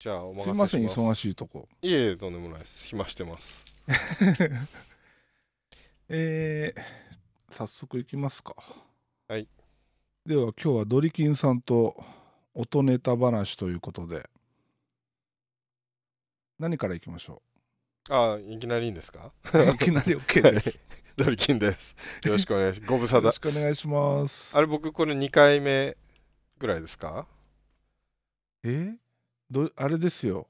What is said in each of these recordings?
じゃあおすいません、 任せします。 忙しいとこ。 いえ、とんでもないです。暇してます。 えー、早速いきますか。 はい。 では今日はドリキンさんと音ネタ話ということで、何からいきましょいきなりいいんですか？ う。いきなり OK はい。 です。 ドリキンです。よろしくお願いします。ご無沙汰。 よろしくお願いします。 僕これ2回目ぐらいですか？ えあれですよ。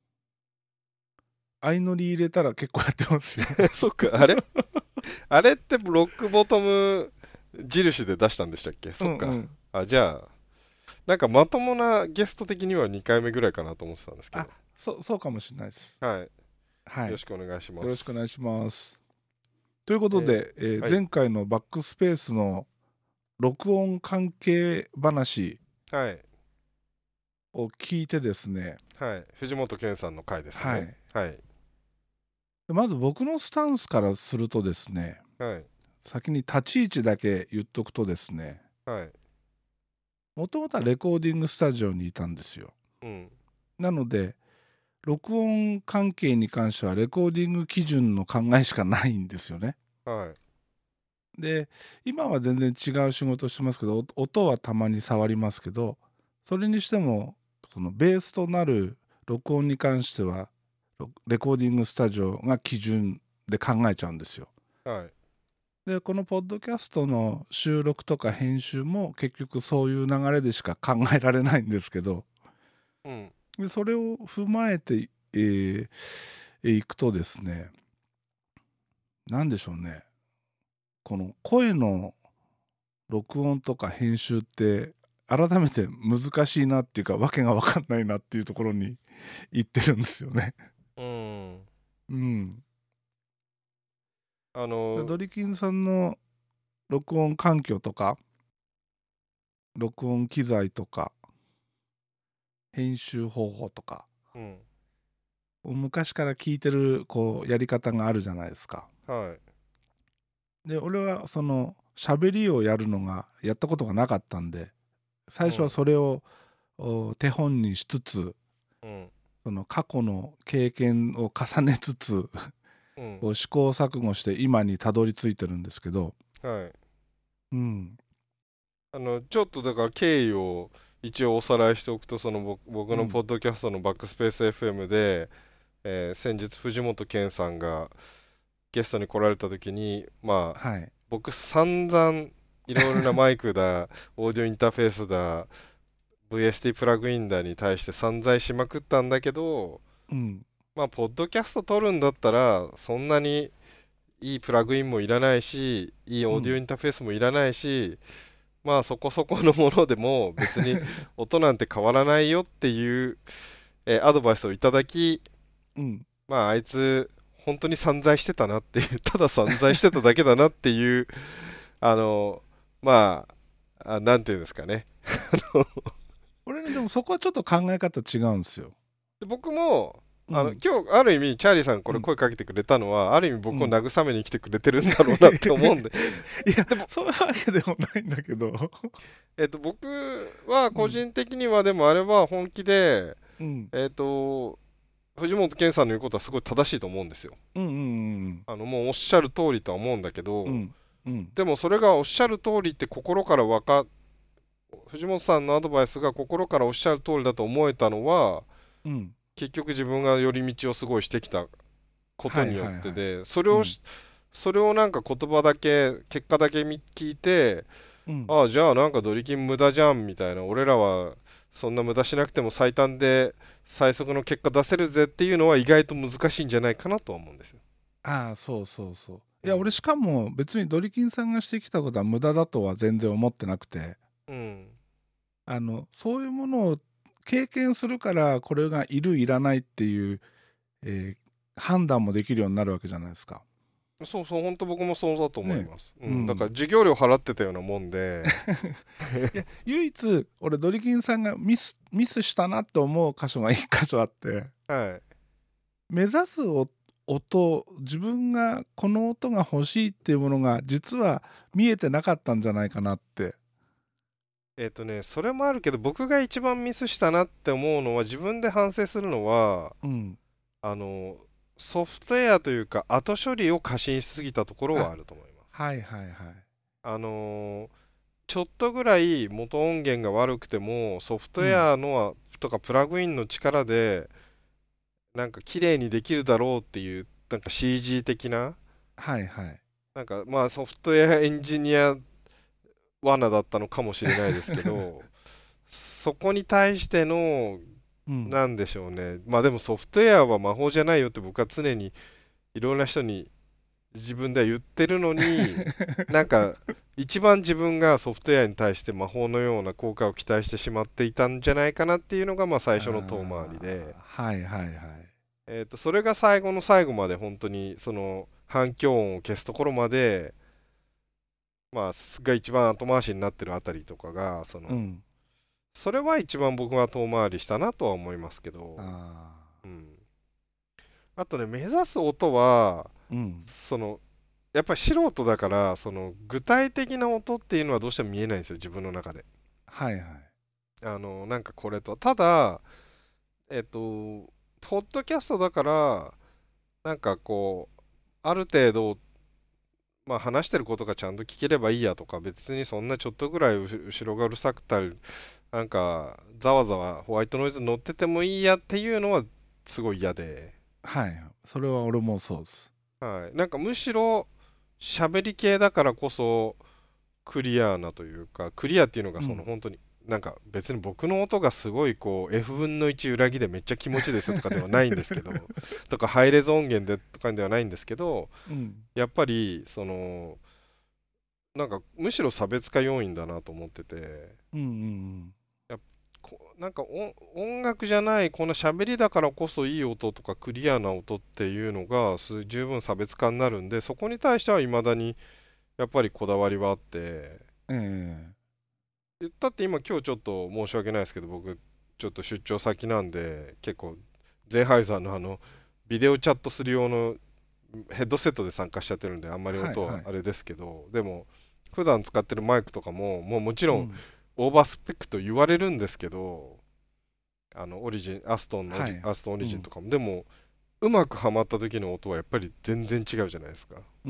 相乗り入れたら結構やってますよ。 そっか、あれってロックボトム印で出したんでしたっけ？ うそっか。 んうん。 じゃあ、なんかまともなゲスト的には2回目ぐらいかなと思ってたんですけあ、 ど。 そうかもしれないです。 はい。よはい。よろしくお願いします。 ろしくお願いします。ということえで、 はい。 前回のバックスペースの録音関係話はい。 を聞いてですね、 はい。藤本健さんの回ですね。 はい。 はい。 まず僕のスタンスからするとですね、 はい。 先に立ち位置だけ言っとくとですね、 はい。 もともとはレコーディングスタジオにいたんですよ。 うん。 なので、録音関係に関してはレコーディング基準の考えしかないんですよね。 はい。 で、今は全然違う仕事をしてますけど、音はたまに触りますけど、それにしても、そのベースとなる録音に関しては、レコーディングスタジオが基準で考えちゃうんですよ。 はい。 で、このポッドキャストの収録とか編集も結局そういう流れでしか考えられないんですけど、 うん。 でそれを踏まえて、いくとですね、なんでしょうね、この声の録音とか編集って改めて難しいなっていうか、わけが分かんないなっていうところに行ってるんですよね。 うん。 うん。 あの、 ドリキンさんの録音環境とか録音機材とか編集方法とかうん。 昔から聞いてるこうやり方があるじゃないですか。 はい。 で俺はその喋りをやるのがやったことがなかったんで、最初はうん。 それを手本にしつつ、 うん。 その過去の経験を重ねつつうん。 こう試行錯誤して今にたどり着いてるんですけど、 はい。 うん、 ちょっとだから経緯を一応おさらいしておくと、僕うん、 のポッドキャストのバックスペース FM で、先日藤本健さんがゲストに来られた時に、まあ、 はい、 僕散々いろいろなマイクだ、オーディオインターフェースだ、VST プラグインだに対して散財しまくったんだけど、 うん、 まあ、ポッドキャスト撮るんだったら、そんなにいいプラグインもいらないし、いいオーディオイうん、 ンターフェースもいらないし、まあそこそこのものでも別に音なんて変わらないよっていう、アドバイスをいただき、 うん、 まああいつ本当に散財してたなっていう、ただ散財してただけだなっていう、あの、まなんていうんですかね。 俺ねでもそこはちょっと考え方違うんですよ。 で僕もうん、 今日ある意味チャーリーさんこうん、 れ声かけてくれたのはある意味僕をうん。 慰めに来てくれてるんだろうなって思うんで、 いやでも、 そういうわけでもないんだけど、 僕は個うん、 人的にはでもあれは本気で、 うん、 藤本健さんの言うことはすごい正しいと思うんですよ。 うん、うん、 もうおっしゃる通りとは思うんだけど、 うん、うん、 でもそれがおっしゃる通りって藤本さんのアドバイスが心からおっしゃる通りだと思えたのは、 うん、 結局自分が寄り道をすごいしてきたことはいによっはいはい、 てで、 うん、 それをなんか言葉だけ、結果だけ聞いて、 うん、 ああ、じゃあなんかドリキン無駄じゃんみたいな、俺らはそんな無駄しなくても最短で最速の結果出せるぜっていうのは意外と難しいんじゃないかなとは思うんですよ。 ああそうそうそう。いや俺うん。 しかも別にドリキンさんがしてきたことは無駄だとは全然思ってなくて、 うん。 そういうものを経験するからこれがいるいらないっていう、えー判断もできるようになるわけじゃないですか。 そうそう、本当僕もそうだと思いね。 ます。うん。だからうん。 授業料払ってたようなもんで、 いや唯一俺ドリキンさんがミスしたなって思う箇所が一箇所あって、 はい。 目指す音、自分がこの音が欲しいっていうものが実は見えてなかったんじゃないかなってそれもあるけど、僕が一番ミスしたなって思うのは、自分で反省するのは、 うん。 あの、ソフトウェアというか、後処理を過信しすぎたところはあ、 あると思います。 はいはいはい。 あの、ちょっとぐらい元音源が悪くても、ソフトウうん。 ェアのとかプラグインの力で、なんか綺麗にできるだろうっていう、なんか CG 的な、 はいはい。 なんかまあソフトウェアエンジニア罠だったのかもしれないですけど、そこに対しての、 うん。 なんでしょうね。まあでもソフトウェアは魔法じゃないよって僕は常にいろんな人に自分では言ってるのに、なんか一番自分がソフトウェアに対して魔法のような効果を期待してしまっていたんじゃないかなっていうのがまあ最初の遠回りで、 はいはいはい。 それが最後の最後まで本当にその反響音を消すところまで、まあ、が一番後回しになってるあたりとかが、 うん。 それは一番僕は遠回りしたなとは思いますけど、 あうん。あとね、目指す音は、 ーうん。 その、やっぱり素人だから、その具体的な音っていうのはどうしても見えないんですよ、自分の中で。 はいはい。 なんかこれと。ただ、ポッドキャストだから、なんかこう、ある程度、まあ話してることがちゃんと聞ければいいやとか、別にそんなちょっとぐらい後ろがうるさくたり、なんかざわざわホワイトノイズ乗っててもいいやっていうのはすごい嫌で、 はい。それは俺もそうです。 はい、なんかむしろ喋り系だからこそクリアなというか、クリアっていうのがうん。 その本当になんか別に僕の音がすごいこう F 分の1裏切でめっちゃ気持ちいいですとかではないんですけど、とかハイレゾ音源でとかではないんですけど、 うん。 やっぱりそのなんかむしろ差別化要因だなと思ってて、 うんうんやっなんか音楽じゃないこんな喋りだからこそいい音とかクリアな音っていうのが十分差別化になるんで、そこに対しては未だにやっぱりこだわりはあって、 うん。ええ言ったって今ちょっと申し訳ないですけど、僕ちょっと出張先なんで結構ゼンハイザーのビデオチャットする用のヘッドセットで参加しちゃってるんであんまり音はいはい。 はあれですけど、でも普段使ってるマイクとかももうもちろんうん。 オーバースペックと言われるんですけど、オリジン、アストンのはい。 アストンオうん。 リジンとかも、でも、うまくはまった時の音はやっぱり全然違うじゃないですか。 うん。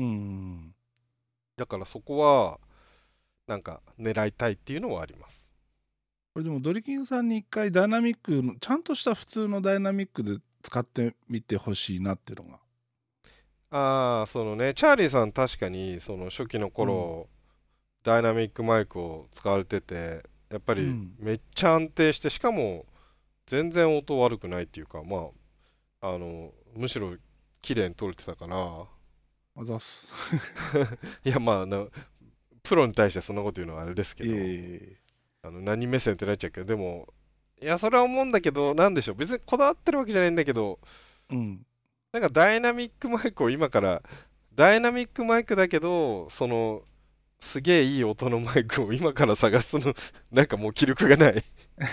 だからそこは、なんか狙いたいっていうのはあります。 これでもドリキンさんに一回ダイナミックのちゃんとした普通のダイナミックで使ってみてほしいなっていうのが。 ああ、そのね、チャーリーさん確かに、その初期のうん。 頃、ダイナミックマイクを使われてて、やっぱりうん。 めっちゃ安定して、しかも全然音悪くないっていうか、まあ、むしろ綺麗に撮れてたから、 あざっす。 いや、まあ、プロに対してそんなこと言うのはあれですけいえいえど、 いえ。 何目線ってなっちゃうけど、でも、いや、それは思うんだけど、なんでしょう、別にこだわってるわけじゃないんだけど、 うん。 なんかダイナミックマイクを今から、ダイナミックマイクだけど、すげえいい音のマイクを今から探すの、なんかもう気力がない。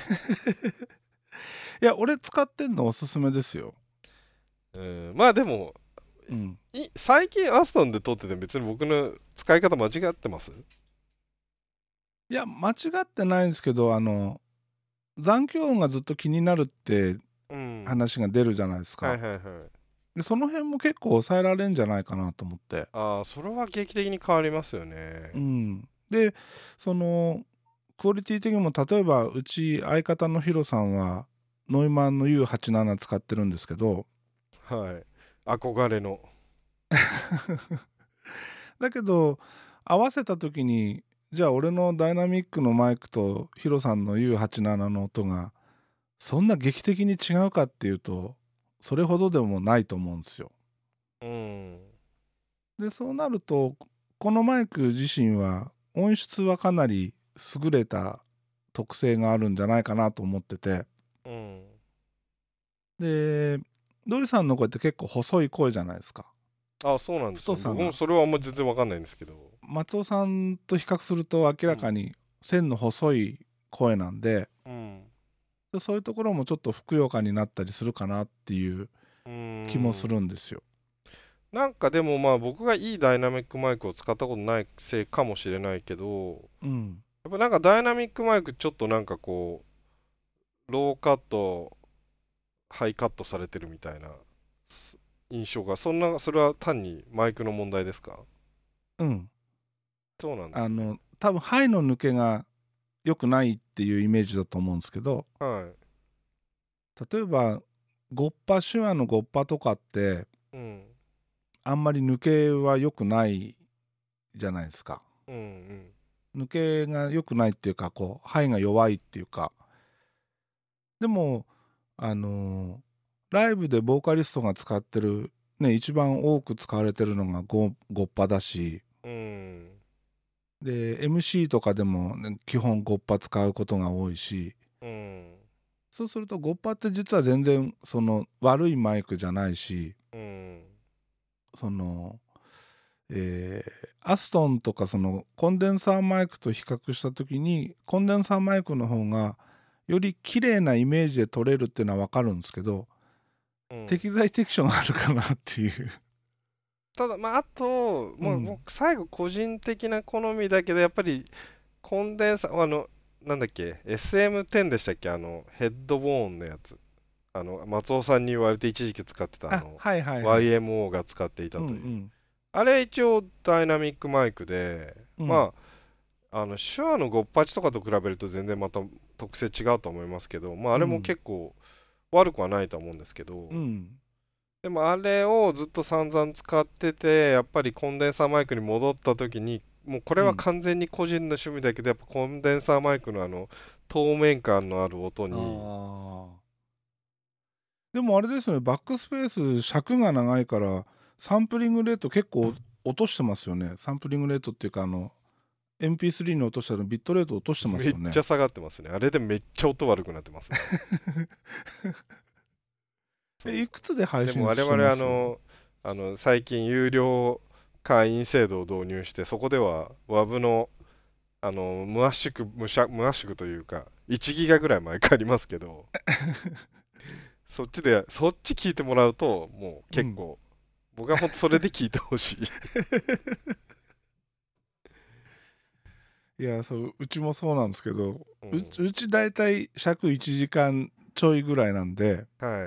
いや、俺使ってんのおすすめですよ。 うん、まあでも、 うん。 最近アストンで撮ってて別に僕の使い方間違ってます？ いや、間違ってないんですけど、残響音がずっと気になるってうん。 話が出るじゃないですか。 はいはいはい。 で、その辺も結構抑えられるんじゃないかなと思って。 ああ、それは劇的に変わりますよね。 うん。で、その、クオリティ的にも、例えば、うち相方のヒロさんは、ノイマンの U87 使ってるんですけど、 はい。憧れの。 だけど、合わせた時に、じゃあ俺のダイナミックのマイクとヒロさんの U87 の音が、そんな劇的に違うかっていうと、それほどでもないと思うんですよ。 うん。 で、そうなると、このマイク自身は音質はかなり優れた特性があるんじゃないかなと思ってて、 うん。 で、ドリさんの声って結構細い声じゃないですか。 あ、そうなんですね。 太さが。 僕もそれはあんま全然わかんないんですけど。 松尾さんと比較すると明うん。 らかに線の細い声なんで、 うん。 そういうところもちょっとふくよかになったりするかなっていううー気もすん。 るんですよ。 なんかでもまあ僕がいいダイナミックマイクを使ったことないせいかもしれないけど、 うん。 やっぱなんかダイナミックマイクちょっとなんかこう、ローカット、ハイカットされてるみたいな印象が、それは単にマイクの問題ですか？ うん。 そうなんですね。 多分肺の抜けが良くないっていうイメージだと思うんですけど、 は例えば手話のゴッパとかってい。うん。 あんまり抜けは良くないじゃないですか。 うんうん。 抜けが良くないっていうか、こう肺が弱いっていうか。でもあのーライブでボーカリストが使ってるね、一番多く使われてるのがゴッパだし、 うん。 で MC とかでも、ね、基本ゴッパ使うことが多いし、 うん。 そうするとゴッパって実は全然その悪いマイクじゃないし、 うん。 そのアストンとかそのコンデンサーマイクと比較した時にコンデンサーマイクの方がより綺麗なイメージで撮れるっていうのは分かるんですけど、 うん。 適材適所があるかなっていうただ、まあ、あと、もううん。 僕最後個人的な好みだけど、やっぱりコンデンサなんだっけ、SM10 でしたっけ、ヘッドボーンのやつ。松尾さんに言われて一時期使ってたあ、はいはいはい。 YMO が使っていたうんうという。 んあれ一応ダイナミックマイクで、 うんまあ、手話の58とかと比べると全然また特性違うと思いますけど、まあ、あれもうん結構悪くはないと思うんですけど、 うんでもあれをずっと散々使ってて、やっぱりコンデンサーマイクに戻った時に、もうこれはうん。 完全に個人の趣味だけど、やっぱコンデンサーマイクの透明感のある音あに、 あ。でもあれですよね、バックスペース尺が長いからサンプリングレート結構落としてますよね。サンプリングレートっていうかMP3 に落としたらビットレート落としてますよね。 めっちゃ下がってますね。あれでめっちゃ音悪くなってますね。そう。 いくつで配信でも我々 してます？ 最近有料会員制度を導入して、そこでは WAV の、無圧縮というか、1ギガぐらい毎回ありますけど、そっち聞いてもらうと、もううん。 結構、僕は本当それで聞いてほしい。 いや、うちもそうなんですけど、 うん。 うちだいたい尺1時間ちょいぐらいなんで、 はい。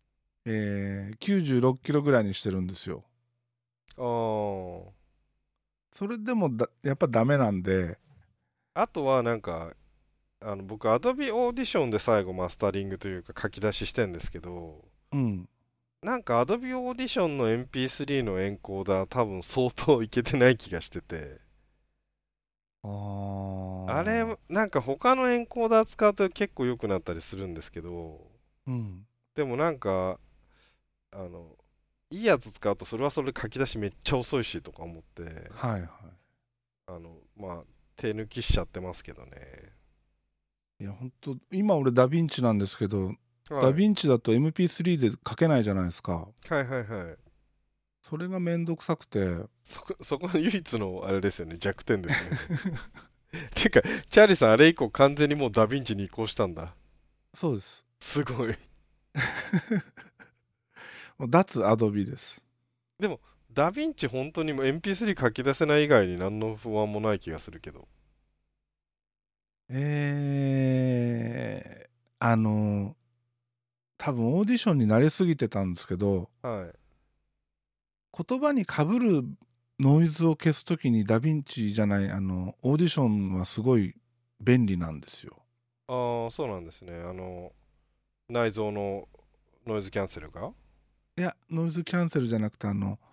96キロぐらいにしてるんですよ。 あそれでもやっぱダメなんで、 あとはなんか、僕、Adobe Audition で最後マスタリングというか書き出ししてんですけど、 うん。 なんか Adobe Audition の MP3 のエンコーダー多分相当いけてない気がしてて、 ああれ、 あ。 なんか他のエンコーダー使うと結構良くなったりするんですけど、 うん。 でもなんか、あの、いいやつ使うとそれはそれで書き出しめっちゃ遅いしとか思って、 はいはい。 まあ、手抜きしちゃってますけどね。 いや、本当今俺ダヴィンチなんですけど、ダはい。 ヴィンチだと MP3 で書けないじゃないですか。 はいはいはい。 それがめんどくさくて。 そこの唯一のあれですよね、弱点ですよね。ていうか、チャーリーさんあれ以降完全にもうダヴィンチに移行したんだ。 そうです。 すごい。 もう脱アドビです。 でも、ダヴィンチ本当にもう MP3 書き出せない以外に何の不安もない気がするけど。 えー、あの、多分オーディションに慣れすぎてたんですけど、 はい。 言葉にかぶるノイズを消すときにダヴィンチじゃない、オーディションはすごい便利なんですよ。 ああ、そうなんですね。内蔵のノイズキャンセルが。 いや、ノイズキャンセルじゃなくて、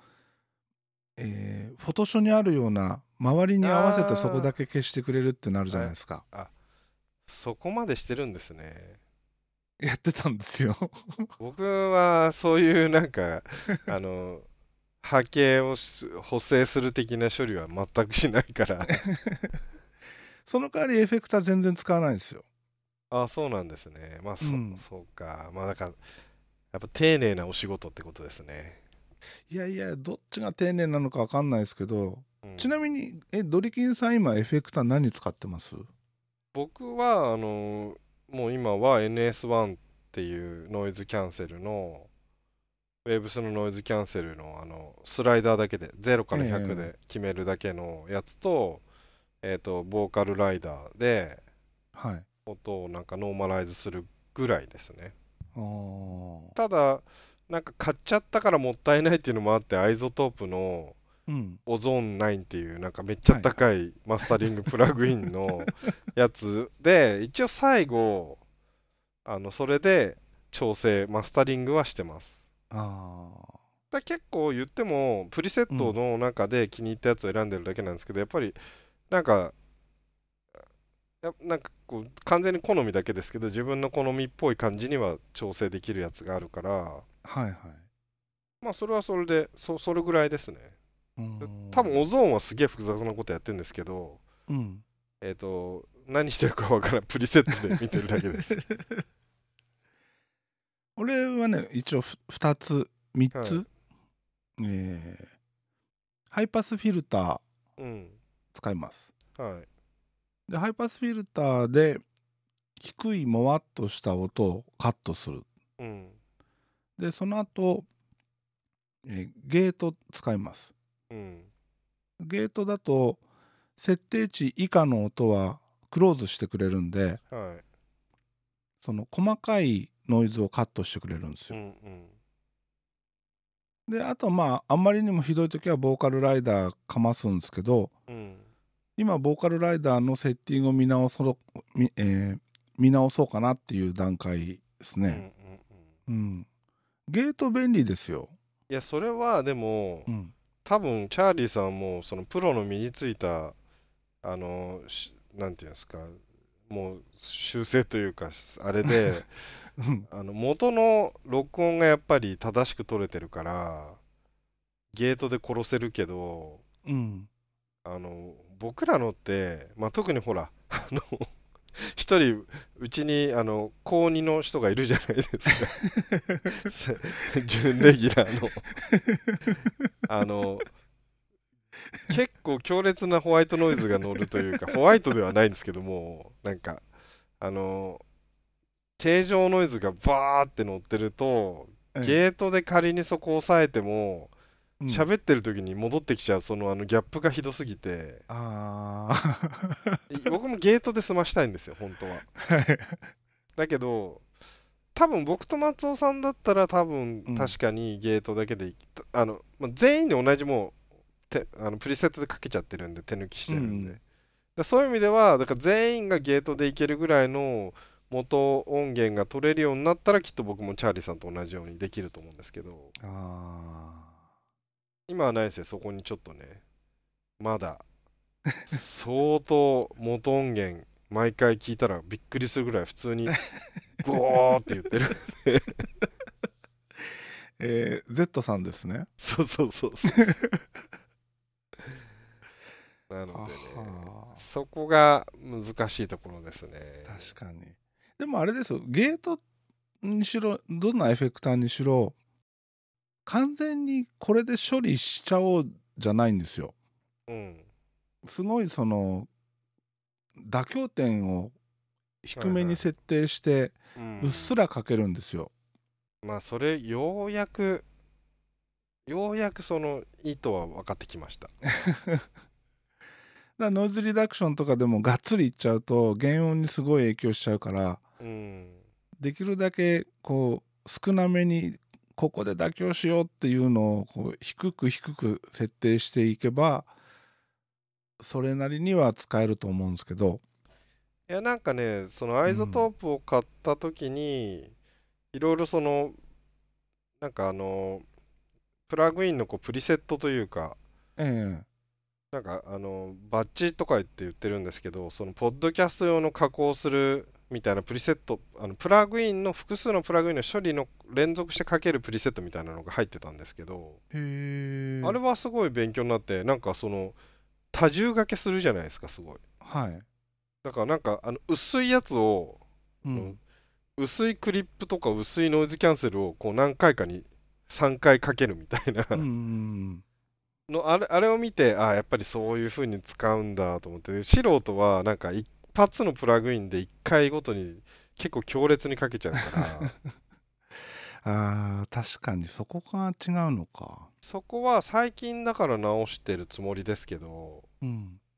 フォトショーにあるような周りに合わせてそこだあけ消してくれるってなるあ、 じゃないですか。 あ、そこまでしてるんですね。 やってたんですよ。 僕はそういうなんか、あの、波形を補正する的な処理は全くしないからその代わりエフェクター全然使わないですよ。 あ、そうなんですね。まあ、 うん。 そうか。まあ、だから、やっぱ丁寧なお仕事ってことですね。 いやいや、どっちが丁寧なのか分かんないですけど、 うん。 ちなみに、ドリキンさん今エフェクター何使ってます？ 僕は、もう今は NS1 っていうノイズキャンセルの、ウェーブスのノイズキャンセルのスライダーだけで0から100 ええで決めるだけのやつと、 ボーカルライダーではい。 音をなんかノーマライズするぐらいですね。 ああ。 ただなんか買っちゃったからもったいないっていうのもあって、アイゾトープのうん。 オゾーン9っていうなんかめっちゃはいはい。 高いマスタリングプラグインのやつで一応最後それで調整マスタリングはしてます。 ああ。 結構言ってもプリセッうん。 トの中で気に入ったやつを選んでるだけなんですけど、やっぱりなんかなんかこう完全に好みだけですけど、自分の好みっぽい感じには調整できるやつがあるから、 はいはい。 まあそれはそれでそれぐらいですね。 うー多分オん。 ゾーンはすげえ複雑なことやってるんですけど、 うん。 何してるかわからんプリセットで見てるだけです。 俺はね、一応2つ、3 はい。 つ、えーハイパスフィルターうん。 使います。 はい。 で、ハイパスフィルターで低いもわっとした音をカットする。 うん。 で、その後、ゲート使います。 うん。 ゲートだと設定値以下の音はクローズしてくれるんで、 はい。 その細かいノイズをカットしてくれるんですよ。 うん。うん。 で、あとまああんまりにもひどい時はボーカルライダーかますんですけど、 うん。 今ボーカルライダーのセッティングを見直そうかなっていう段階ですうん。うん。 ね。うん。ゲート便利ですよ。 いや、それはでも、 うん。 多分チャーリーさんもそのプロの身についたなんていうんですか、もう修正というかあれで、 うん。 元の録音がやっぱり正しく取れてるからゲートで殺せるけど、 うん。 僕らのって、まあ、特にほら一人うちに高2の人がいるじゃないですか。準レギュラーのあの結構強烈なホワイトノイズが乗るというか、ホワイトではないんですけども、なんかあの形状ノイズがバーって乗ってると、 はい。 ゲートで仮にそこを押さえてもうん。 喋ってる時に戻ってきちゃう、そのギャップがひどすぎて、 ああ。 僕もゲートで済ましたいんですよ本当は。 はい。 だけど多分僕と松尾さんだったら多分うん。 確かにゲートだけでまあ全員で同じもうプリセットでかけちゃってるんで、手抜きしうてるんで、 ん。 そういう意味ではだから全員がゲートでいけるぐらいの元音源が取れるようになったら、きっと僕もチャーリーさんと同じようにできると思うんですけど、 あ今はないですよ。そこにちょっとね、まだ相当元音源毎回聞いたらびっくりするぐらい普通にゴーって言ってる。 Z さんですね。 そうそうそうそう。なのはでね、 は。 そこが難しいところですね。 確かに。でもあれですよ、ゲートにしろ、どんなエフェクターにしろ、完全にこれで処理しちゃおうじゃないんですよ。 うん。 すごいその妥協点を低めにはいはい。 設定してううっすん。 らかけるんですよ。 まあそれようやくその意図は分かってきました。 だからノイズリダクションとかでもがっつりいっちゃうと原音にすごい影響しちゃうから、 うん。 できるだけこう少なめにここで妥協しようっていうのをこう低く低く設定していけばそれなりには使えると思うんですけど。 いやなんかね、そのアイゾトーうん。 プを買った時にいろいろそのなんかプラグインのこうプリセットというか、 ええ。 なんかバッジとか言って言ってるんですけど、そのポッドキャスト用の加工するみたいなプリセット、プラグインの複数のプラグインの処理の連続してかけるプリセットみたいなのが入ってたんですけど、 へえ。 あれはすごい勉強になって、なんかその多重掛けするじゃないですか、すごい。 はい。 だからなんか薄いやつを、あのうん。 薄いクリップとか薄いノイズキャンセルをこう何回かに3回かけるみたいなうんうんうんあれを見て、やっぱりそういう風に使うんだと思って、素人はなんか一発のプラグインで1回ごとに結構強烈にかけちゃうから、 あー確かにそこが違うのか。 そこは最近だから直してるつもりですけど、 うん。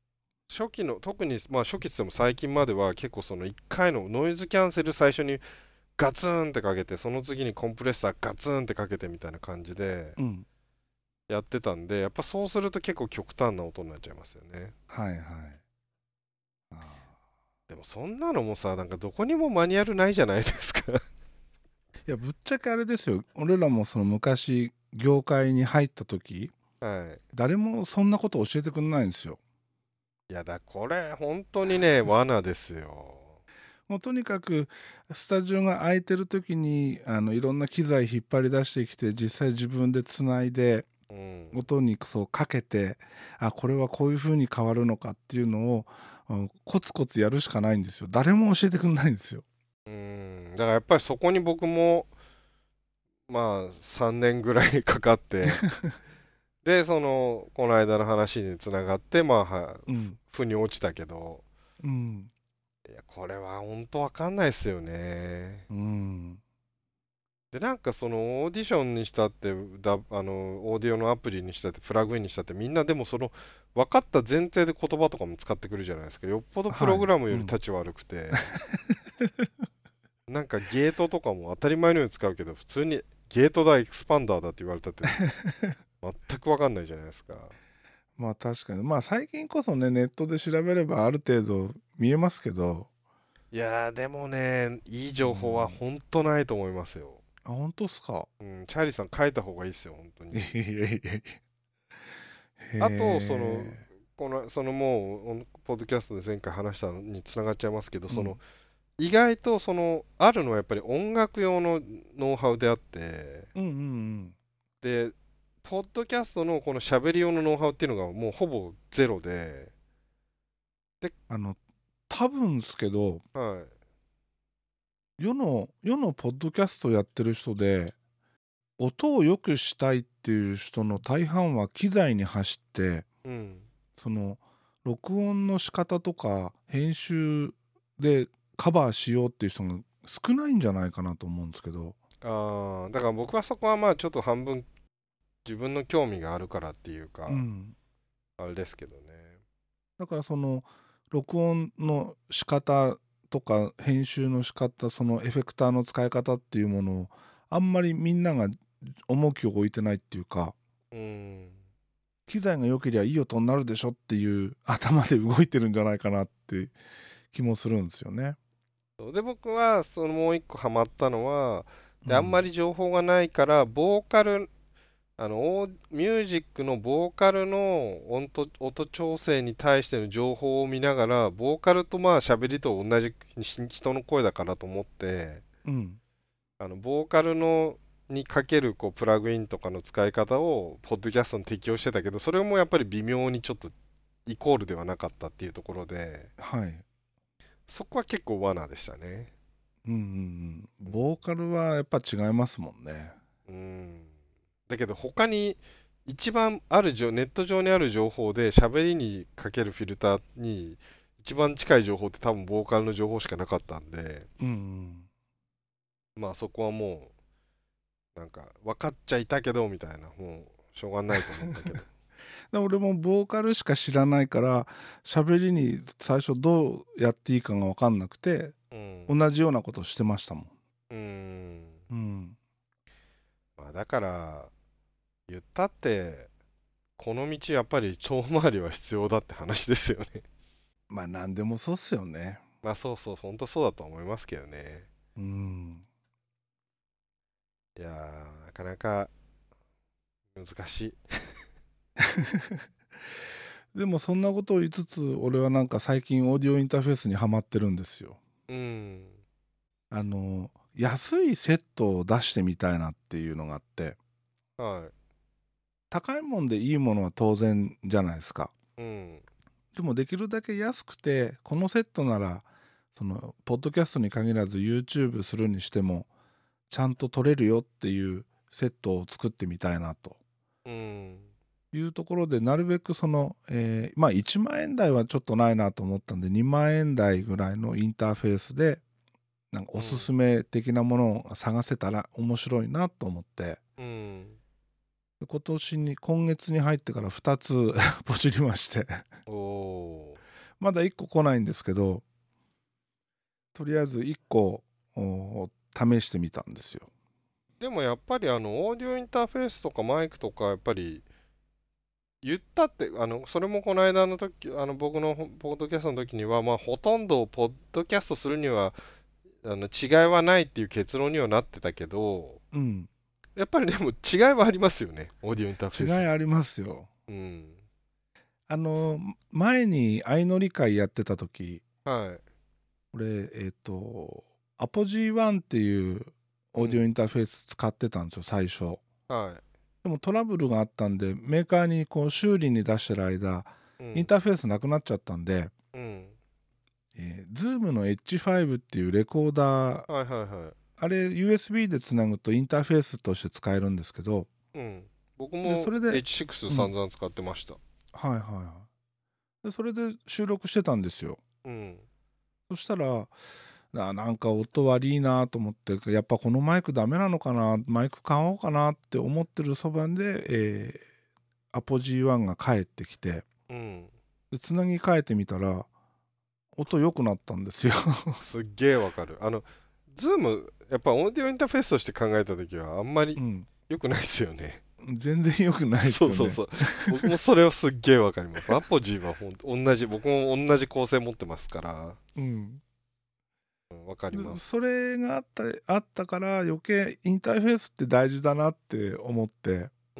初期の、特に、まあ初期っつっても最近までは結構その1回のノイズキャンセル最初にガツンってかけて、その次にコンプレッサーガツンってかけてみたいな感じでうん。 やってたんで、やっぱそうすると結構極端な音になっちゃいますよね。 はいはい。あでもそんなのもさ、なんかどこにもマニュアルないじゃないですか。 いやぶっちゃけあれですよ、俺らもその昔業界に入った時はい。 誰もそんなこと教えてくれないんですよ。 いやだ、これ本当にね、罠ですよ。 もうとにかくスタジオが空いてる時にいろんな機材引っ張り出してきて実際自分でつないでうん。 音にそうかけて、あこれはこういう風に変わるのかっていうのをコツコツやるしかないんですよ。誰も教えてくれないんですよ。 うん。だからやっぱりそこに僕も、まあ3年ぐらいかかって、で、この間の話につながって、まあ、 うん腑に落ちたけど、 うんいや、これは本当わかんないですよね。 うんで、なんかそのオーディションにしたって、オーディオのアプリにしたって、プラグインにしたって、みんなでもその分かった前提で言葉とかも使ってくるじゃないですか。よっぽどプはい、 ログラムよりうん、 立ち悪くて、なんかゲートとかも当たり前のように使うけど、普通にゲートだ、エクスパンダーだって言われたって全くわかんないじゃないですか。 まあ確かにまあ最近こそねネットで調べればある程度見えますけど、 いやー、でもね、いいう情報はん、 本当ないと思いますよ。 あ本当っすか。 うん、チャーリーさん書いた方がいいですよ、本当に。 いやいやいやいやへあと、 え、 もう、ポッドキャストで前回話したのにつながっちゃいますけど、 うん意外と、あるのはやっぱり音楽用のノウハウであって、 うんうんで、ポッドキャストのこの喋り用のノウハウっていうのがもうほぼゼロで、で、 多分ですけどはい。 世のポッドキャストやってる人で音を良くしたいっていう人の大半は機材に走ってうん。 その録音の仕方とか編集でカバーしようっていう人が少ないんじゃないかなと思うんですけど、 ああ、だから僕はそこはまあちょっと半分自分の興味があるからっていうか、 うん、 あれですけどね。 だからその録音の仕方とか編集の仕方、そのエフェクターの使い方っていうものをあんまりみんなが重きを置いてないっていうか、 うん。 機材が良ければいい音になるでしょっていう頭で動いてるんじゃないかなって気もするんですよね。 そうで、僕はそのもう一個ハマったのは、で、あんまうん、 り情報がないから、ボーカル、ミュージックのボーカルの音調整に対しての情報を見ながら、ボーカルとまあ喋りと同じ人の声だからと思って、 うん、 ボーカルのにかけるこうプラグインとかの使い方をポッドキャストに適用してたけど、それもやっぱり微妙にちょっとイコールではなかったっていうところで、 はい。 そこは結構罠でしたね。 うんうんうん。ボーカルはやっぱ違いますもんね。 うん。だけど他に一番あるネット上にある情報で喋りにかけるフィルターに一番近い情報って多分ボーカルの情報しかなかったんで、 うんうん。 まあそこはもうなんか分かっちゃいたけどみたいな、もうしょうがないと思ったけど。 で俺もボーカルしか知らないから喋りに最初どうやっていいかが分かんなくてうん。 同じようなことしてましたもん。 うん。 うん。 まあだから言ったってこの道やっぱり遠回りは必要だって話ですよね。 まあ何でもそうっすよね。 まあそうそう、本当そうだと思いますけどね。 うん。 いやー、なかなか難しい。 でもそんなことを言いつつ俺はなんか最近オーディオインターフェースにはまってるんですよ。 うん。 安いセットを出してみたいなっていうのがあって、 は高いもんでいいものは当然じゃないですか。 い。うん。 でもできるだけ安くてこのセットならそのポッドキャストに限らず YouTube するにしてもちゃんと撮れるよっていうセットを作ってみたいなとうん。 いうところでなるべくその、まあ1万円台はちょっとないなと思ったんで2万円台ぐらいのインターフェースでなんかおすうん。 すめ的なものを探せたら面白いなと思ってうん。 今月に入ってから2つポチりましておー。 まだ1個来ないんですけど、とりあえず1個試してみたんですよ。 でもやっぱりオーディオインターフェースとかマイクとかやっぱり言ったってそれもこの間の時僕のポッドキャストの時には、まあ、ほとんどポッドキャストするには違いはないっていう結論にはなってたけど、 うん。 やっぱりでも違いはありますよね、オーディオインターフェース。 違いありますよ。 うん。 前に相乗り会やってた時、 はい。 俺アポ G1 っていうオーディオインターフェース使ってたんですよ、最初。 はでもトラブルがあったんで、メーカーにこう修理に出してる間、 い。 インターフェースなくなっちゃったんで、 うん。 Zoom の H5 っていうレコーダー、 はいはいはい。 あれ USB でつなぐとインターフェースとして使えるんですけど、 うん。僕でそもれで、 H6 うん、 散々使ってました。 はいはいはい。でそれで収録してたんですよ。 うん。 そしたらなんか音悪いなと思って、やっぱこのマイクダメなのかな、マイク買おうかなって思ってるそばで、アポ G1 が帰ってきて、 うん。 でつなぎ替えてみたら音良くなったんですよ。 すっげえわかる。ズーム、やっぱオーディオインターフェースとして考えたときはあんまりうん、 良くないですよね。 全然良くないですよね。 そうそうそう。僕もそれをすっげえわかります。アポジーは同じ、僕も同じ構成持ってますから、 うん、 わかりでます。 それがあったから余計インターフェースって大事だなって思って、 うん。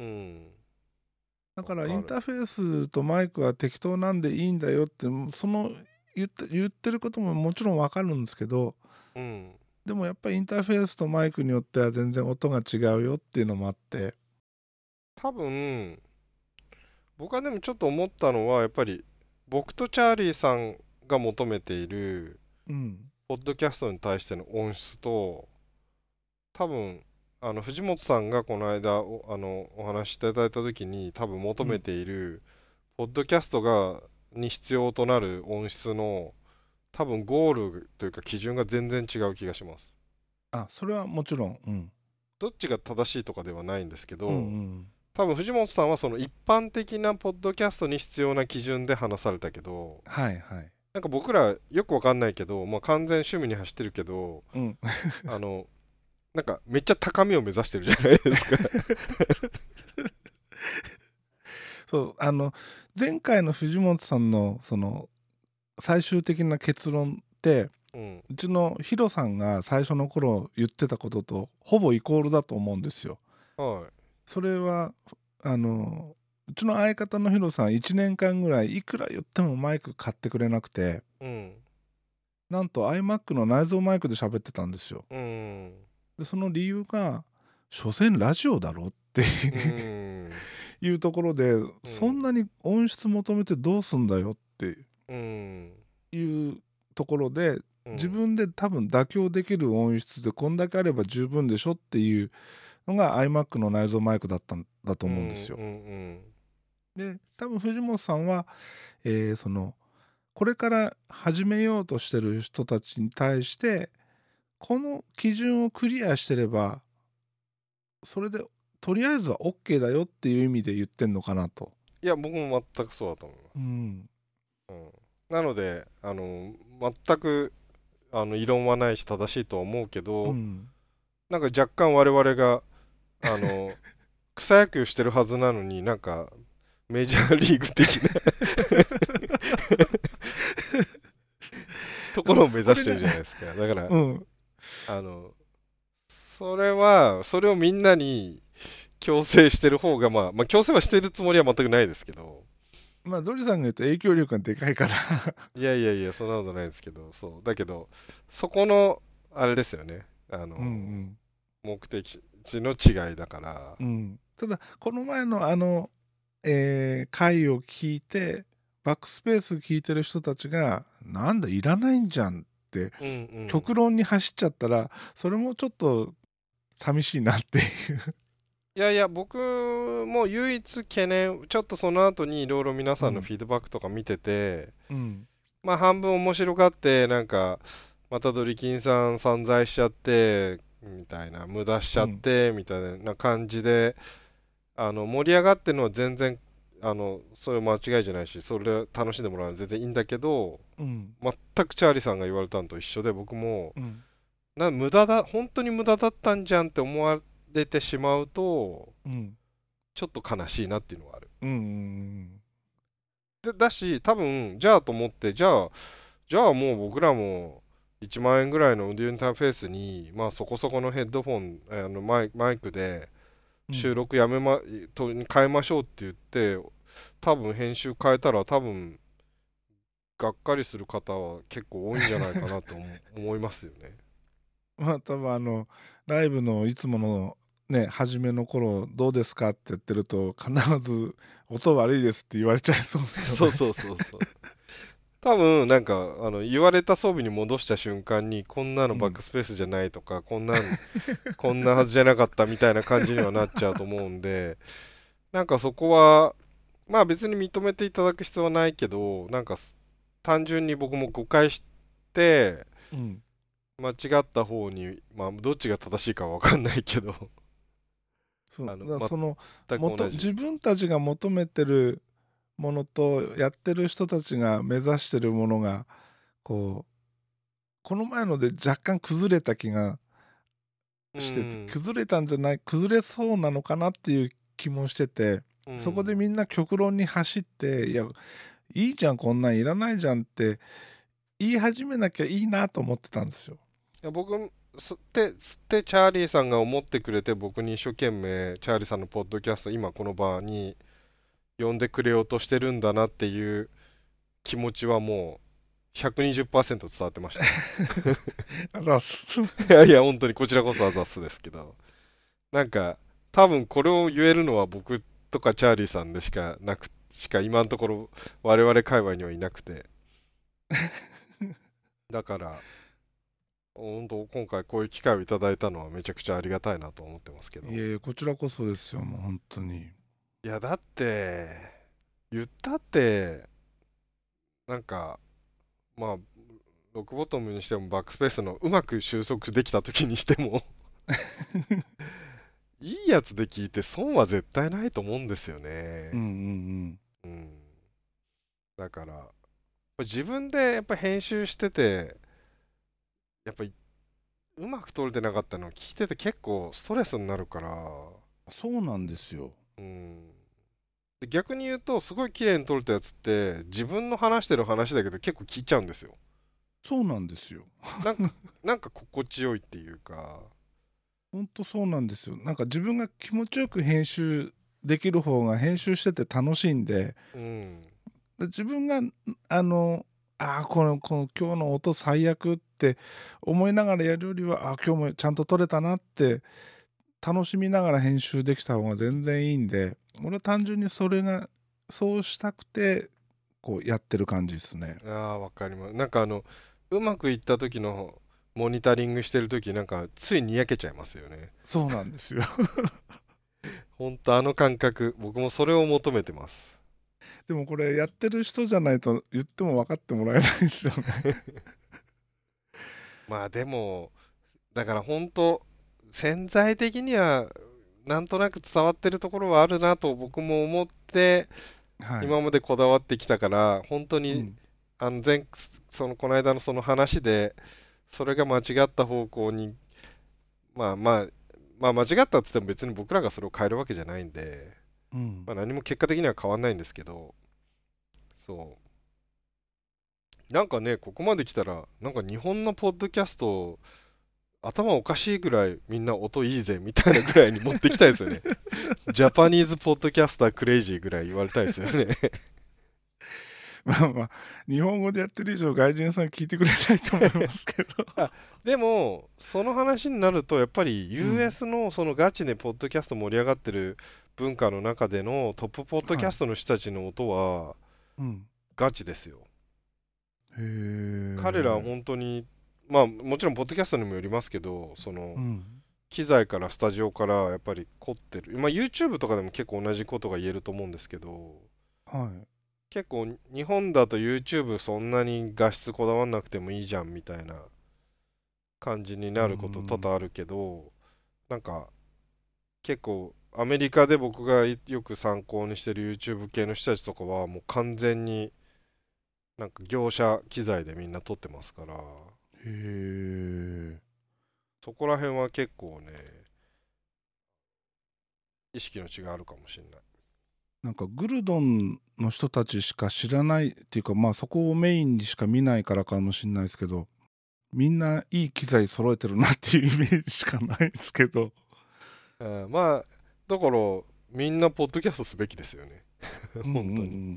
だわかる。 からインターフェースとマイクは適当なんでいいんだよって、その言ってることももちろんわかるんですけど、 うん。 でもやっぱりインターフェースとマイクによっては全然音が違うよっていうのもあって、 多分、僕はでもちょっと思ったのは、やっぱり僕とチャーリーさんが求めている、 うん、 ポッドキャストに対しての音質と、多分、藤本さんがこの間お話しいただいた時に多分求うん、 めている、ポッドキャストに必要となる音質の多分ゴールというか基準が全然違う気がします。 それはもちろん、うん、 どっちが正しいとかではないんですけうんうど、 ん、 多分藤本さんはその一般的なポッドキャストに必要な基準で話されたけど、 はいはい、 なんか僕らよくわかんないけど、まあ、完全趣味に走ってるけど、 うん。 あの、なんかめっちゃ高みを目指してるじゃないですか。 そう前回の藤本さんのその最終的な結論って、 うん。 うちのヒロさんが最初の頃言ってたこととほぼイコールだと思うんですよ。 はそれはうちの相方のヒロさん1年間ぐらいいくら言ってもマイク買ってくれなくて、 い。うん。 なんと iMac の内蔵マイクで喋ってたんですよ。 うん。 でその理由が所詮ラジオだろってうん。 いうところで、 うん。 そんなに音質求めてどうすんだよってうん。 いうところで、自うん。 分で多分妥協できる音質でこんだけあれば十分でしょっていうのが iMac の内蔵マイクだったんだとうん。 思うんですよ。 うん。 で多分藤本さんは、そのこれから始めようとしてる人たちに対してこの基準をクリアしてればそれでとりあえずは OK だよっていう意味で言ってんのかなと。 いや、僕も全くそうだと思います。 うん、 うん。なので、全く、異論はないし正しいとは思うけど、 うん、 なんか若干我々が、あの、草野球してるはずなのになんか、メジャーリーグ的なとでもころを目指してるこれがじゃないですか。だから、 うん、 あの、それをみんなに強制してる方が、まあ強制はしてるつもりは全くないですけど、 まあドリさんが言うと影響力がでかいからいやいやいや、そんなことないですけど、そう。だけど、そこの、あれですよね。 うん目的地の違いだから。 うん、うん、ただこの前の回を聞いてバックスペース聞いてる人たちがなんだいらないんじゃんってうんうん。 極論に走っちゃったらそれもちょっと寂しいなっていう。 いやいや、僕も唯一懸念、ちょっとその後にいろいろ皆さんのうんフィードバックとか見てて、 うんまあ半分面白がって、なんか、またドリキンさん散財しちゃって、みたいな、無駄しちゃっうんて、みたいな感じで、盛り上がってるのは全然、 それ間違いじゃないし、それ楽しんでもらうのは全然いいんだけど、 うん全くチャーリーさんが言われたのと一緒で、僕もうん無駄だ、本当に無駄だったんじゃんって思われてしまうと、 うんちょっと悲しいなっていうのがある。 うんうんだし、多分、じゃあと思って、じゃあもう僕らも1万円ぐらいのオーディオインターフェースに、まあそこそこのヘッドフォン、マイクで収うん録に変えましょうって言って、多分編集変えたら多分がっかりする方は結構多いんじゃないかなと思いますよね。 まあ多分ライブのいつものね初めの頃どうですかって言ってると必ず音悪いですって言われちゃいそうですよね。 そうそうそうそう。多分なんか言われた装備に戻した瞬間にこんなのバックスペースじゃないとか、こんなはずじゃなかったみたいな感じにはなっちゃうと思うんで、なんかそこはまあ別に認めていただく必要はないけど、なんか単純に僕も誤解してうん間違った方に、まあどっちが正しいかは分かんないけど、 そうあのだからその全く同じ。 自分たちが求めてるものとやってる人たちが目指してるものがこうこの前ので若干崩れた気がうしてて、 ん、 崩れたんじゃない崩れそうなのかなっていう気もしてて、そこでみんな極論に走っていいじゃんこんなんいらないじゃんって言い始めなきゃいいなと思ってたんですよ。 いや僕吸ってチャーリーさんが思ってくれて、僕に一生懸命チャーリーさんのポッドキャスト今この場に呼んでくれようとしてるんだなっていう気持ちはもう120%伝わってました。 あざっす。 いやいや本当にこちらこそあざっすですけど、なんか多分これを言えるのは僕とかチャーリーさんでしか今のところ我々界隈にはいなくて、だから本当今回こういう機会をいただいたのはめちゃくちゃありがたいなと思ってますけど。 いえいえこちらこそですよもう本当に。 いやだって言ったってなんかまあロックボトムにしてもバックスペースのうまく収束できた時にしてもいいやつで聞いて損は絶対ないと思うんですよね。 うんうんうん、だから自分でやっぱ編集しててやっぱりうまく撮れてなかったのを聞いてて結構ストレスになるから、 そうなんですよ。 うん、で逆に言うとすごい綺麗に撮れたやつって自分の話してる話だけど結構聞いちゃうんですよ。 そうなんですよ。 なんかなんか心地よいっていうか、 本当そうなんですよ。なんか自分が気持ちよく編集できる方が編集してて楽しいんで、 うん、 で自分がこの今日の音最悪って思いながらやるよりは今日もちゃんと撮れたなって楽しみながら編集できた方が全然いいんで、俺は単純にそれがそうしたくてこうやってる感じですね。 わかります。なんかうまくいった時のモニタリングしてる時なんかついにやけちゃいますよね。 そうなんですよ。 ほんとあの感覚、僕もそれを求めてます。 でもこれやってる人じゃないと言っても分かってもらえないですよね。 まあでも、だから本当潜在的にはなんとなく伝わってるところはあるなと僕も思ってはい。 今までこだわってきたから、本当にうん。 あの前この間のその話でそれが間違った方向に、まあまあ間違ったっつっても別に僕らがそれを変えるわけじゃないんで、 うん。 まあ、何も結果的には変わんないんですけど、なんかねここまで来たらなんか日本のポッドキャスト頭おかしいぐらいみんな音いいぜみたいなぐらいに持ってきたいですよね。ジャパニーズポッドキャスタークレイジーぐらい言われたいですよね。 まあまあ日本語でやってる以上外人さん聞いてくれないと思いますけど。 あ、でもその話になるとやっぱりうん。 US のそのガチでポッドキャスト盛り上がってる文化の中でのトップポッドキはい。 ャストの人たちの音はうん。 ガチですよ。 へえ。 彼らは本当にまあもちろんポッドキャストにもよりますけど、そのうん。 機材からスタジオからやっぱり凝ってる、まあ、YouTube とかでも結構同じことが言えると思うんですけど、 はい。 結構日本だと YouTube そんなに画質こだわんなくてもいいじゃんみたいな感じにうーなること多々あん。 るけど、なんか結構アメリカで僕がよく参考にしてる YouTube 系の人たちとかはもう完全になんか業者機材でみんな撮ってますから、 へえ。 そこら辺は結構ね、意識の違いあるかもしれない。 なんかグルドンの人たちしか知らないっていうか、まあそこをメインにしか見ないからかもしれないですけど、みんないい機材揃えてるなっていうイメージしかないですけど。 まあだからみんなポッドキャストすべきですよね。 うんうん本当に。うん、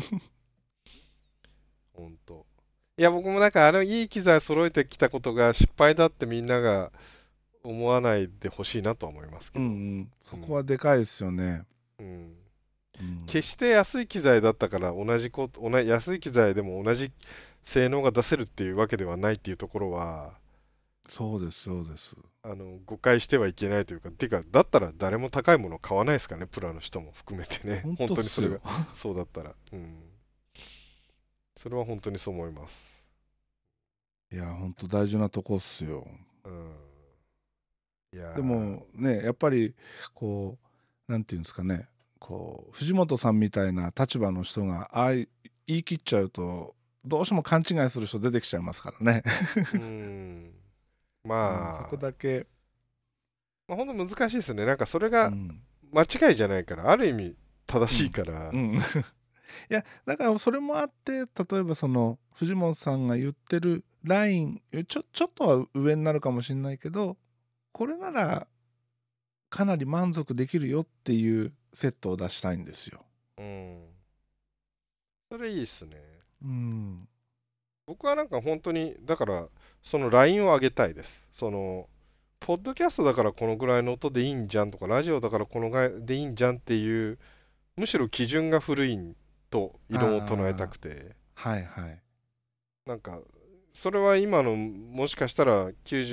本当。いや僕もなんかいい機材揃えてきたことが失敗だってみんなが思わないでほしいなとは思いますけど、 うんうん、そこはでかいですよね。 うん、 うん、 決して安い機材だったから安い機材でも同じ性能が出せるっていうわけではないっていうところはそうですそうです。 誤解してはいけないというか、ていうかだったら誰も高いもの買わないですかね、プロの人も含めてね。 本本当っすよ。 当にそれがそうだったら、それは本当にそう思います。 いや本当大事なとこっすよ。 うん、いやでもねやっぱりこうなんていうんですかね、こう藤本さんみたいな立場の人が言い切っちゃうとどうしても勘違いする人出てきちゃいますからね。そこだけ、 本当難しいですね。なんかそれがうん、 間違いじゃないから、ある意味正しいから、 うんいやだからそれもあって、例えばその藤本さんが言ってるラインちょっとは上になるかもしれないけど、これならかなり満足できるよっていうセットを出したいんですよ。 うん、それいいっすね。 うん、 僕はなんか本当に、だからそのラインを上げたいです。ポッドキャストだからこのぐらいの音でいいんじゃんとか、ラジオだからこのぐらいでいいんじゃんっていう、むしろ基準が古いと異論を唱えたくて、 はいはい。 なんか、それは今のもしかしたら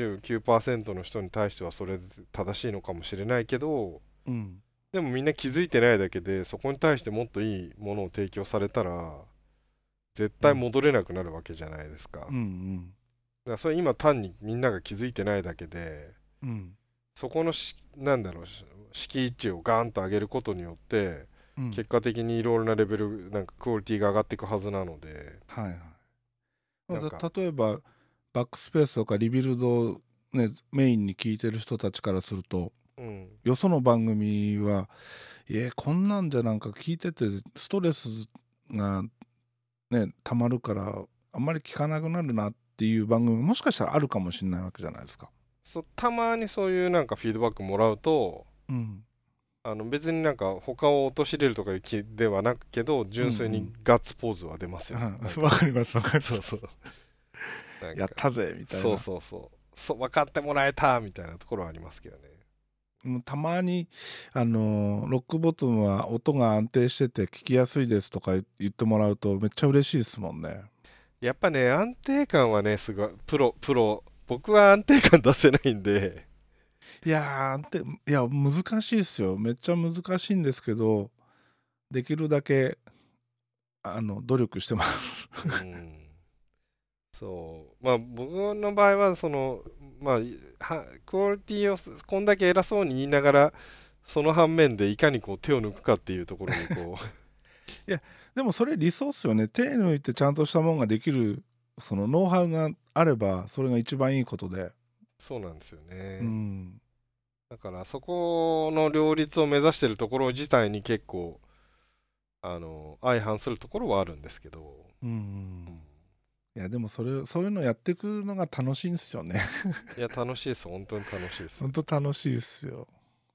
99%の人に対してはそれで正しいのかもしれないけど、 うん、 でもみんな気づいてないだけで、そこに対してもっといいものを提供されたら、絶対戻れなくなるわけじゃないですか。だかうんうんらそれ今単にみんなが気づいてないだけで、 うんそこのなんだろう、敷地をガーンと上げることによって、 うん、 結果的にいろいろなレベル、なんかクオリティが上がっていくはずなので、 はいはい。 なんか、 例えばバックスペースとかリビルドを、ね、メインに聞いてる人たちからすると、 うん、 よその番組はこんなんじゃなんか聞いててストレスがねたまるからあんまり聞かなくなるなっていう番組もしかしたらあるかもしれないわけじゃないですか。 たまにそういうなんかフィードバックもらうと、 うん、 別になんか他を陥れるとかいう気ではなくけど、純粋にガッツポーズは出ますよね。 わかりますわかります。 そうそう。なんか、 やったぜみたいな。 そうそうそう。分かってもらえたみたいなところはありますけどね。 もうたまにロックボトムは音が安定してて聞きやすいですとか言ってもらうとめっちゃ嬉しいですもんね。 やっぱね、安定感はね、すごい、僕は安定感出せないんで、 いや難しいですよ。めっちゃ難しいんですけど、できるだけ努力してますうん、そう、まあ僕の場合は、まあ、クオリティをこんだけ偉そうに言いながら、その反面でいかにこう手を抜くかっていうところにこいやでもそれ理想っすよね。手抜いてちゃんとしたもんができるそのノウハウがあればそれが一番いいことで。 そうなんですようね。 んだからそこの両立を目指しているところ自体に結構、相反するところはあるんですけど、 うん、 うん、 いやでもそういうのやっていくのが楽しいんですよね。 いや、楽しいです。本当に楽しいです。 ほんと楽しいっすよ。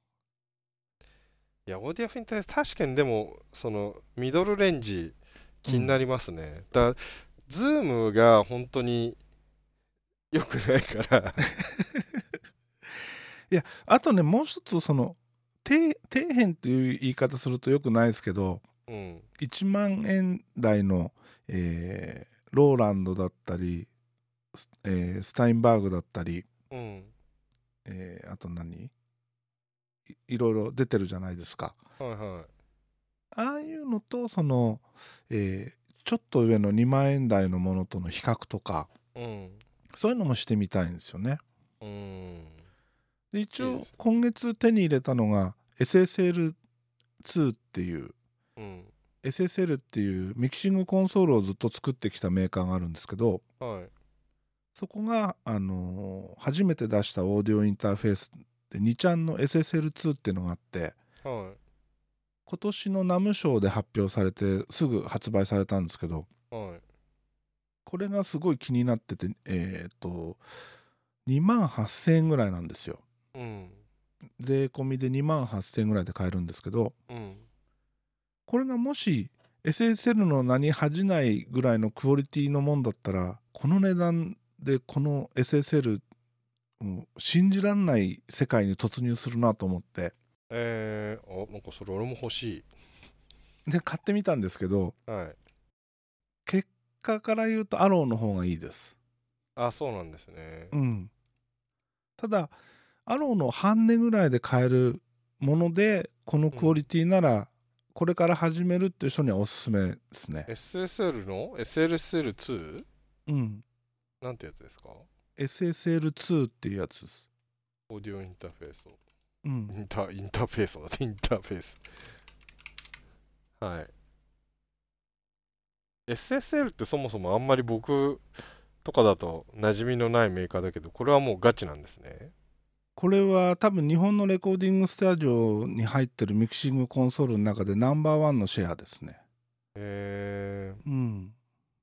いや、オーディオフィンター確かにでも、ミドルレンジ気になりますね。ズームが本当に良くないからいやあとねもう一つその底辺っていう言い方するとよくないですけど、 うん、 1万円台の、ローランドだったりスタインバーグだったり、 うん、 あといろいろ出てるじゃないですか。 はいはああいうのとちょっと上の2万円台のものとの比較とかい。うん、 そういうのもしてみたいんですよね。 うん、 で一応いいです。 今月手に入れたのが、 SSL2 っていう、 うん。 SSL っていうミキシングコンソールをずっと作ってきたメーカーがあるんですけど、 はい。 そこが、初めて出したオーディオインターフェースで2ちゃんの SSL2 っていうのがあって、 は今年のナムショーで発表されてすぐ発売されたんですけど、 い。はい。 これがすごい気になってて、2万8000円ぐらいなんですよ。 うん。 税込みで2万8000円ぐらいで買えるんですけど、 うん。 これがもし SSL の名に恥じないぐらいのクオリティのもんだったら、この値段でこの SSL、信じらんない世界に突入するなと思って、 なんかそれ俺も欲しで買ってみたんですけど、 い。はい。 結果から言うとアローの方がいいです。 あ、そうなんですね。 うん。ただアローの半値ぐらいで買えるものでこのクオリティなら、これから始めるっていう人にはおすすめですね。 SSL の SLSL2？ うん。 なんてやつですか？ SSL2 っていうやつです。 オーディオインターフェースを。 うん。 インターフェースだって、インターフェース。はい。SSL ってそもそもあんまり僕とかだと馴染みのないメーカーだけど、これはもうガチなんですね。 これは多分日本のレコーディングスタジオに入ってるミキシングコンソールの中でナンバーワンのシェアですね。うん。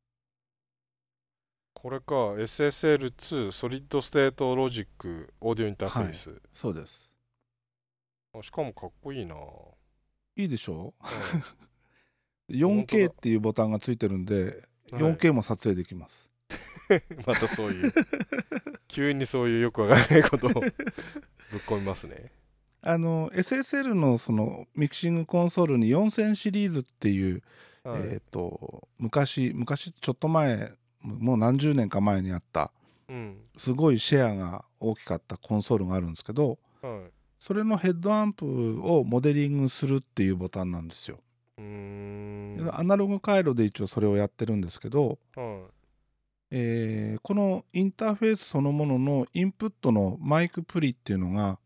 これか、SSL2 ソリッドステートロジックオーディオインターフはい。 ェース。 そうです。 しかもかっこいいな。 いいでしょはう？ い。本当 4K だ。 っていうボタンがついてるんで、 はい。 4K も撮影できます。 またそういう、急にそういうよくわからないことをぶっ込みますね。 SSL のそのミキシングコンソールに4000シリーズっていう、 はい。 昔ちょっと前、もう何十年か前にあったうん。 すごいシェアが大きかったコンソールがあるんですけど、 はい。 それのヘッドアンプをモデリングするっていうボタンなんですよ。 うーん。 アナログ回路で一応それをやってるんですけど、 はこのインターフェースそのもののインプットのマイクプリっていうのが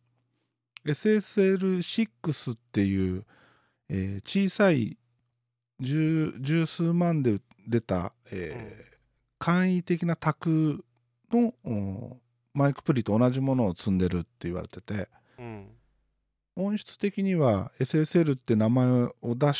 SSL6 っていう、小さい十数万で出た、 い。うん。 簡易的な卓のマイクプリと同じものを積んでるって言われてて、 うん。 音質的には SSL って名前を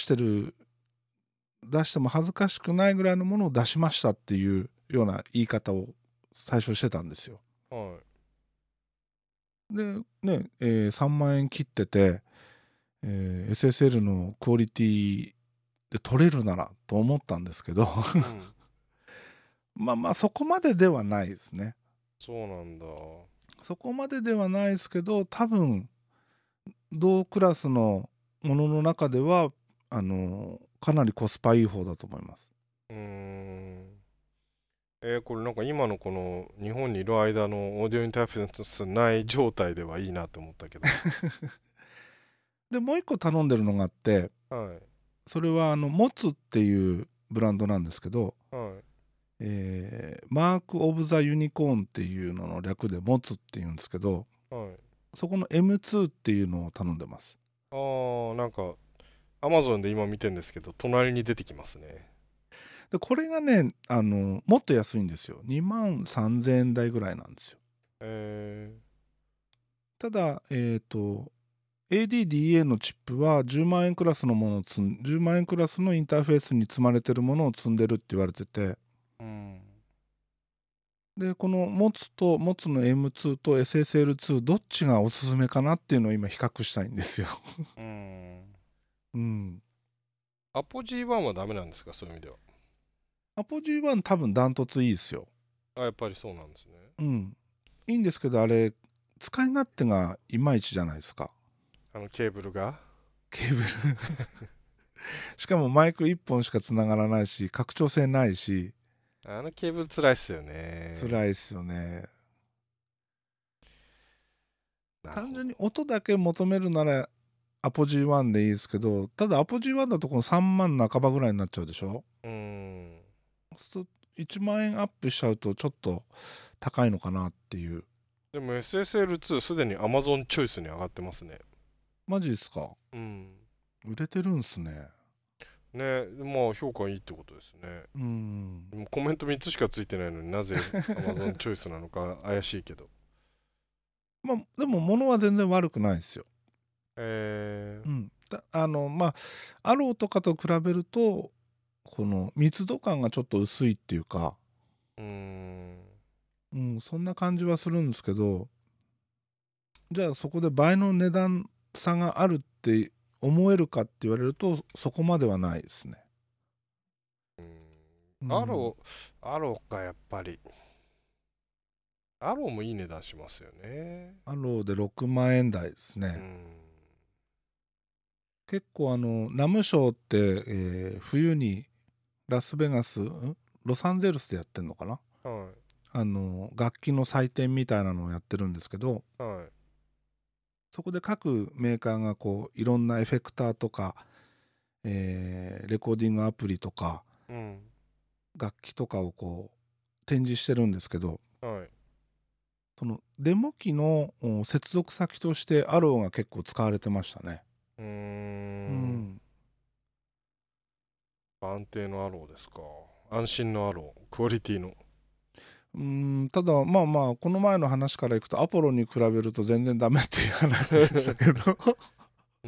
出しても恥ずかしくないぐらいのものを出しましたっていうような言い方を最初してたんですよ。 はでね、3万円切ってて、SSL のクオリティで取れるならと思ったんですけどい。うん。 まあまあそこまでではないですね。 そうなんだ。 そこまでではないですけど、多分同クラスのものの中ではかなりコスパいい方だと思います。 うーん。これなんか今のこの日本にいる間のオーディオインターフェースない状態ではいいなと思ったけど。 でもう一個頼んでるのがあって、 はい。 それはモツっていうブランドなんですけど、 はい。 マーク・オブ・ザ・ユニコーンっていうのの略でモツっていうんですけど、 はい。 そこの M2 っていうのを頼んでます。 なんか、アマゾンで今見てんですけど、隣に出てきますね。 でこれがねもっと安いんですよ。2万3000円台ぐらいなんですよ。 えただADDA のチップは10万円クラスのものを10万円クラスのインターフェースに積まれてるものを積んでるって言われてて、 うん。 でこのモツの M2 と SSL2 どっちがおすすめかなっていうのを今比較したいんですよ。 うん。 うん。 アポ G1 はダメなんですか、そういう意味では。 アポ G1 多分ダントツいいですよ。 あ、やっぱりそうなんですね。 うん。いいんですけど、あれ使い勝手がいまいちじゃないですか。 ケーブルが。 ケーブルしかもマイク1本しかつながらないし、拡張性ないし、 ケーブル辛いっすよね。 辛いっすよね。単純になるほど。 音だけ求めるならアポ G1 でいいですけど、ただアポ G1 だとこの3万半ばぐらいになっちゃうでしょ。 うーん。 そうすると1万円アップしちゃうとちょっと高いのかなっていう。 でも SSL2 すでに Amazon チョイスに上がってますね。 マジですか。 うん。 売れてるんすね。 ね、まあ評価いいってことですね。 うん。 でもコメント3つしかついてないのになぜ Amazon チョイスなのか怪しいけど。 まあでも物は全然悪くないですよ。 えうん。まあアローとかと比べるとこの密度感がちょっと薄いっていうか、 ー、うーん。 うん、そんな感じはするんですけど、じゃあそこで倍の値段差があるって思えるかって言われるとそこまではないですね。 うーんうん。 アローか、やっぱり。アローもいい値段しますよね。 アローで6万円台ですね。 うん。 結構ナムショーって、冬にラスベガス、ロサンゼルスでやってんのかな。 は楽器の祭典みたいなのをやってるんですけど、 い。はい。 そこで各メーカーがこういろんなエフェクターとか、レコーディングアプリとかうん。 楽器とかをこう展示してるんですけど、 はい。 そのデモ機の接続先としてアローが結構使われてましたね。 うーん。 うん。 安定のアローですか。安心のアロー。クオリティの。 ただまあまあこの前の話からいくとアポロに比べると全然ダメっていう話でしたけどうん。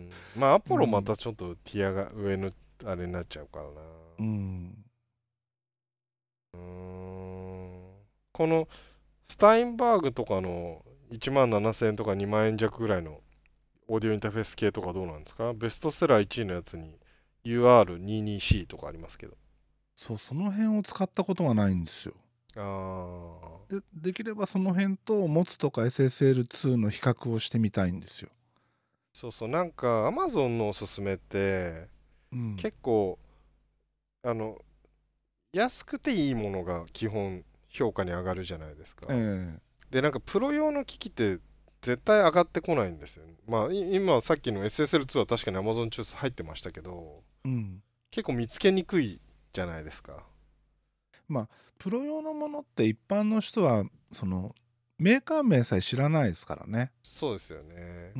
まあ、アポロまうん、 たちょっとティアが上のあれになっちゃうからな。 うん、 うーん。このスタインバーグとかの1万7000円とか2万円弱ぐらいのオーディオインターフェース系とかどうなんですか？ベストセラー1位のやつに UR22C とかありますけど。 そうその辺を使ったことがないんですよ。 ああ、 できればその辺とモツとか SSL2 の比較をしてみたいんですよ。 そうそう、なんか Amazon のおすすめってうん、 結構あの安くていいものが基本評価に上がるじゃないですか。 ええ、 で、なんかプロ用の機器って絶対上がってこないんですよね。まあ今さっきの SSL2 は確かに Amazon チョイス入ってましたけど、 うん。 結構見つけにくいじゃないですか。 まあプロ用のものって一般の人はそのメーカー名さえ知らないですからね。 そうですよね。 うん、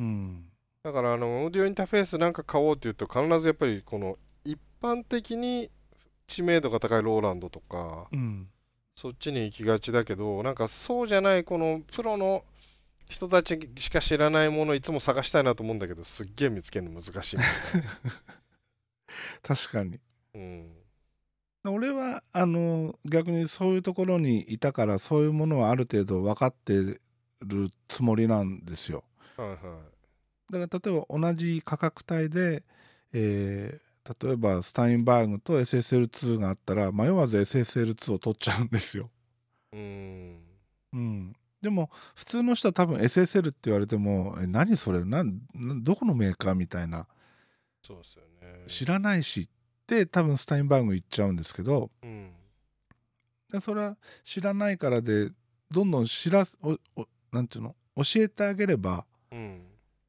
だからオーディオインターフェースなんか買おうって言うと必ずやっぱりこの一般的に知名度が高いローランドとかうん。 そっちに行きがちだけど、なんかそうじゃないこのプロの人たちしか知らないものいつも探したいなと思うんだけど、すっげえ見つけるの難しいんだよね。 確かに。 うん。 俺は逆にそういうところにいたからそういうものはある程度分かってるつもりなんですよ。 はいはだから例えば同じ価格帯で、例えばスタインバーグと SSL2 があったら迷わず SSL2 を取っちゃうんですよ。 い。うん。 うん、でも普通の人は多分 SSL って言われても何それどこのメーカーみたいなそうですよね。 知らないしって多分スタインバーグ言っちゃうんですけど、 うん。 それは知らないからでどんどんなんていうの教えてあげればうん。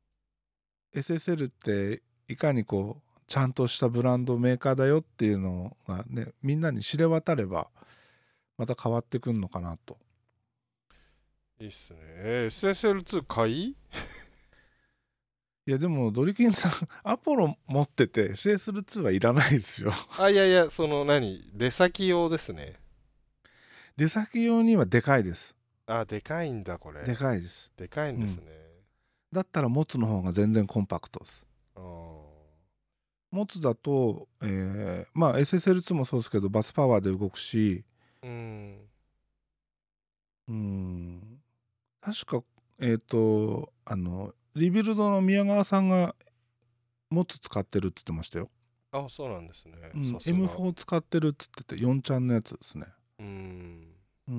SSL っていかにこうちゃんとしたブランドメーカーだよっていうのがねみんなに知れ渡ればまた変わってくんのかなと。 いいっすね。SSL2 買い。 いやでもドリキンさんアポロ持ってて SSL2 はいらないですよ。 あ、いやいや、出先用ですね。 出先用にはでかいです。 あ、でかいんだ、これ。 でかいです。 でかいんうん。 ですね。 だったら持つの方が全然コンパクトです。 あー、 持つだと、まあ SSL2 もそうですけどバスパワーで動くし、 うん。 うん、確かリビルドの宮川さんが持つ使ってるって言ってましたよ。 あ、そうなんですね。 うん、 さすが。 M4 使ってるって言ってて4ちゃんのやつですね。 うん。 うん、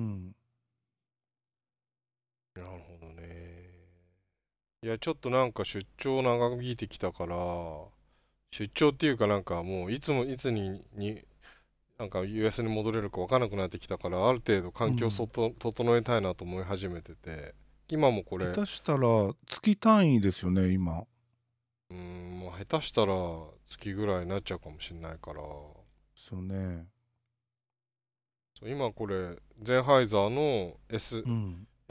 なるほどね。いや、ちょっとなんか出張長引いてきたから、出張っていうかなんかもういつになんか US に戻れるか分からなくなってきたから、ある程度環境うん。 整えたいなと思い始めてて、今もこれ、 下手したら月単位ですよね今。 もう下手したら月ぐらいになっちゃうかもしれないから、 そうね。 そう今これ、ゼンハイザーのうん。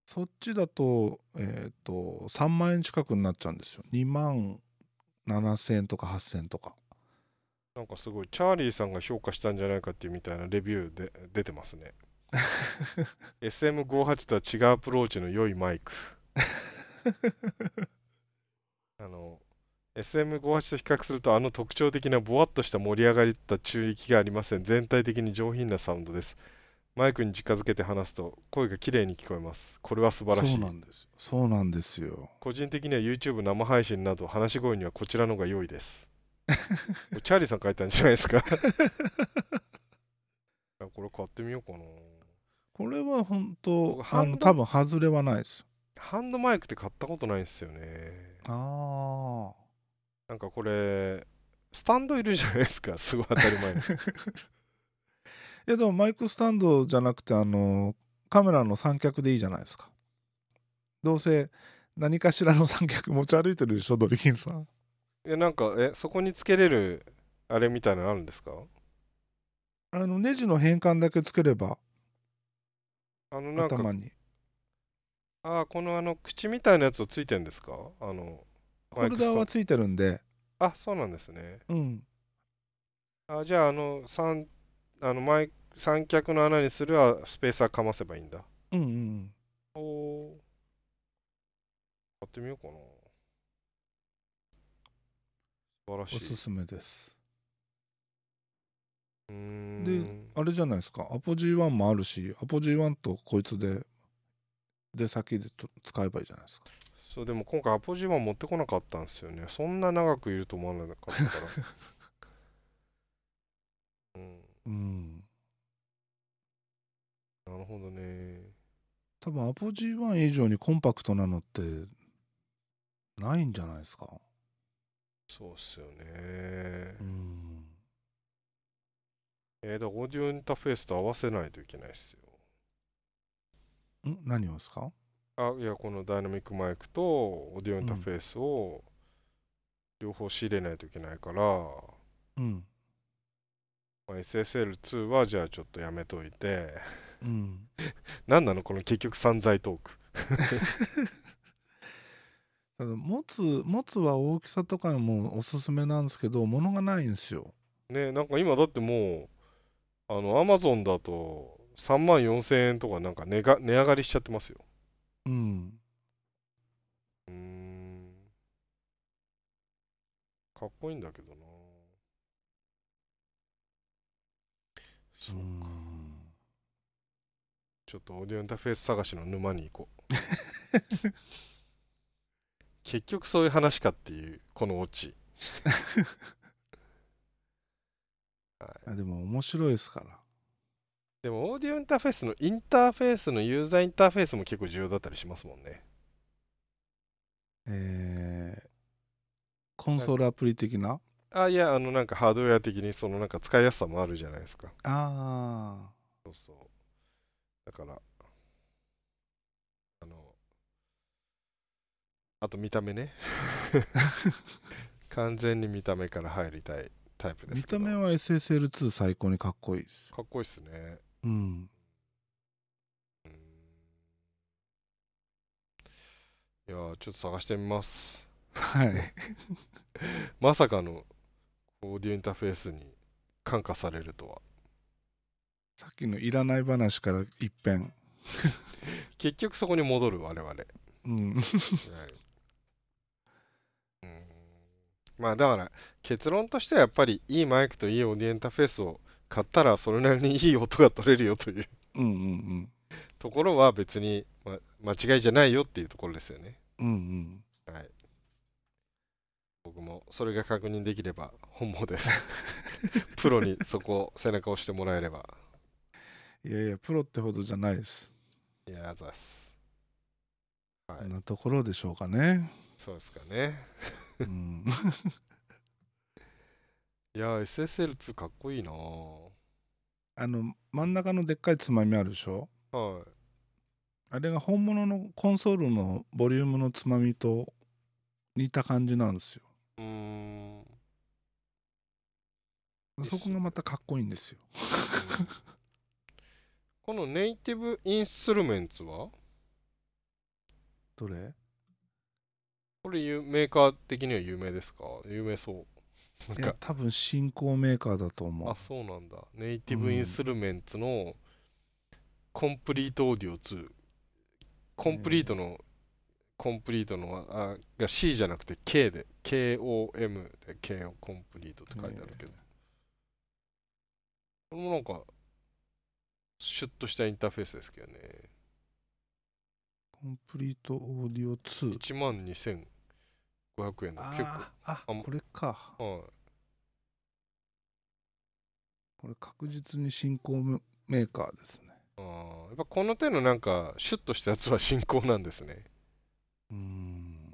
そっちだと、3万円近くになっちゃうんですよ。2万7000円とか8000円とか。 なんかすごい、チャーリーさんが評価したんじゃないかっていうみたいなレビューで出てますね。SM58 とは違うアプローチの良いマイク。あの、SM58 と比較すると、あの特徴的なボワッとした盛り上がった中域がありません。全体的に上品なサウンドです。マイクに近づけて話すと声が綺麗に聞こえます。これは素晴らそうしい。 なんですよ。そうなんですよ。 個人的には YouTube 生配信など話し声にはこちらの方が良いです。チャーリーさん書いたんじゃないですか。これ買ってみようかな。 これは本当僕多分外れはないです。 ハンドマイクって買ったことないんですよね。 ああ。 なんかこれ、スタンドいるじゃないですか。すごい当たり前に。 でもマイクスタンドじゃなくてカメラの三脚でいいじゃないですか。どうせ何かしらの三脚持ち歩いてるでしょ、ドリキンさん。 なんか、そこにつけれる、あれみたいなのあるんですか？ ネジの変換だけつければなんか、 頭にこの口みたいなやつをついてるんですか？マホルイクスタンダーはついてるんで、 そうなんですね。 うん、 じゃあ、三脚の穴にするはスペーサーかませばいいんだ。 うんうんおー、買ってみようかな。素晴らしい。 おすすめです。 うーでん。 あれじゃないですか、アポ G1 もあるし、アポ G1 とこいつで出先で使えばいいじゃないですか。 そう、でも今回アポジー1持ってこなかったんですよね。そんな長くいると思わなかったから。うん。 うん、 なるほどね。 多分アポ G1 以上にコンパクトなのってないんじゃないですか。 そうっすよね。 うん、 オーディオインターフェースと合わせないといけないっすよ。 何をですか？ いや、このダイナミックマイクとオーディオインターフェースを両方仕入れないといけないから、 うん、 SSL2 はじゃあちょっとやめといて、 うん。 何なのこの結局散財トーク。 ただ持つは大きさとかもおすすめなんですけど、物がないんですよ。 ね、なんか今だってもう、アマゾンだと3万4000円とかなんか値上がりしちゃってますよ。 うん。 うーん、かっこいいんだけどな。 うそうか。 ん。 ちょっとオーディオインターフェース探しの沼に行こう。結局そういう話かっていう、このオチ。はい、 でも面白いですから。 でも、オーディオインターフェースのインターフェースのユーザーインターフェースも結構重要だったりしますもんね。 えコンなんかソールアプリ的な。 いや、なんかハードウェア的にそのなんか使いやすさもあるじゃないですか。 あそうそう。だから、あの、あと見た目ね。完全に見た目から入りたいタイプですけど。 見た目は SSL2 最高にかっこいいですよ。 かっこいいっすね。 うん。 うん、いやー、ちょっと探してみます。 はい。 まさかのオーディオインターフェースに感化されるとは。 さっきのいらない話から一変。 結局そこに戻る我々。はい、 うん。 うん、まあだから結論としてはやっぱりいいマイクといいオーディオインターフェースを買ったらそれなりにいい音が取れるよといううんうんところは別に、間違いじゃないよっていうところですよね。 うん。うんはい。僕もそれが確認できれば本望です。プロにそこを背中を押してもらえれば。 うん。いやいや、プロってほどじゃないです。 いや、あざっす。はい。 こんなところでしょうかね。 そうですかね。 うん。 いや、SSL2 かっこいいなぁ。 真ん中のでっかいつまみあるでしょ。 はあれが本物のコンソールのボリュームのつまみと似た感じなんですよ。 い。いいっそこすね。 がまたかっこいいんですよ。 このネイティブインストゥルメンツはどれ？ これメーカー的には有名ですか？有名そう。なんいや、 か、 多分新興メーカーだと思あ、そうなんだ。ネイう。 ティブインストゥルメンツのコンプリートオーディオ2。コンプリートの、が C じゃなくて K で、KOM で K をコンプリートって書いてあるけど。これもなんか、シュッとしたインターフェースですけどね。 コンプリートオーディオ2。 12,500円の結構、 これか。 はこれ確実に新興メーカーですね。 い。やっぱこの手のなんか、シュッとしたやつは新興なんですね。 うーん。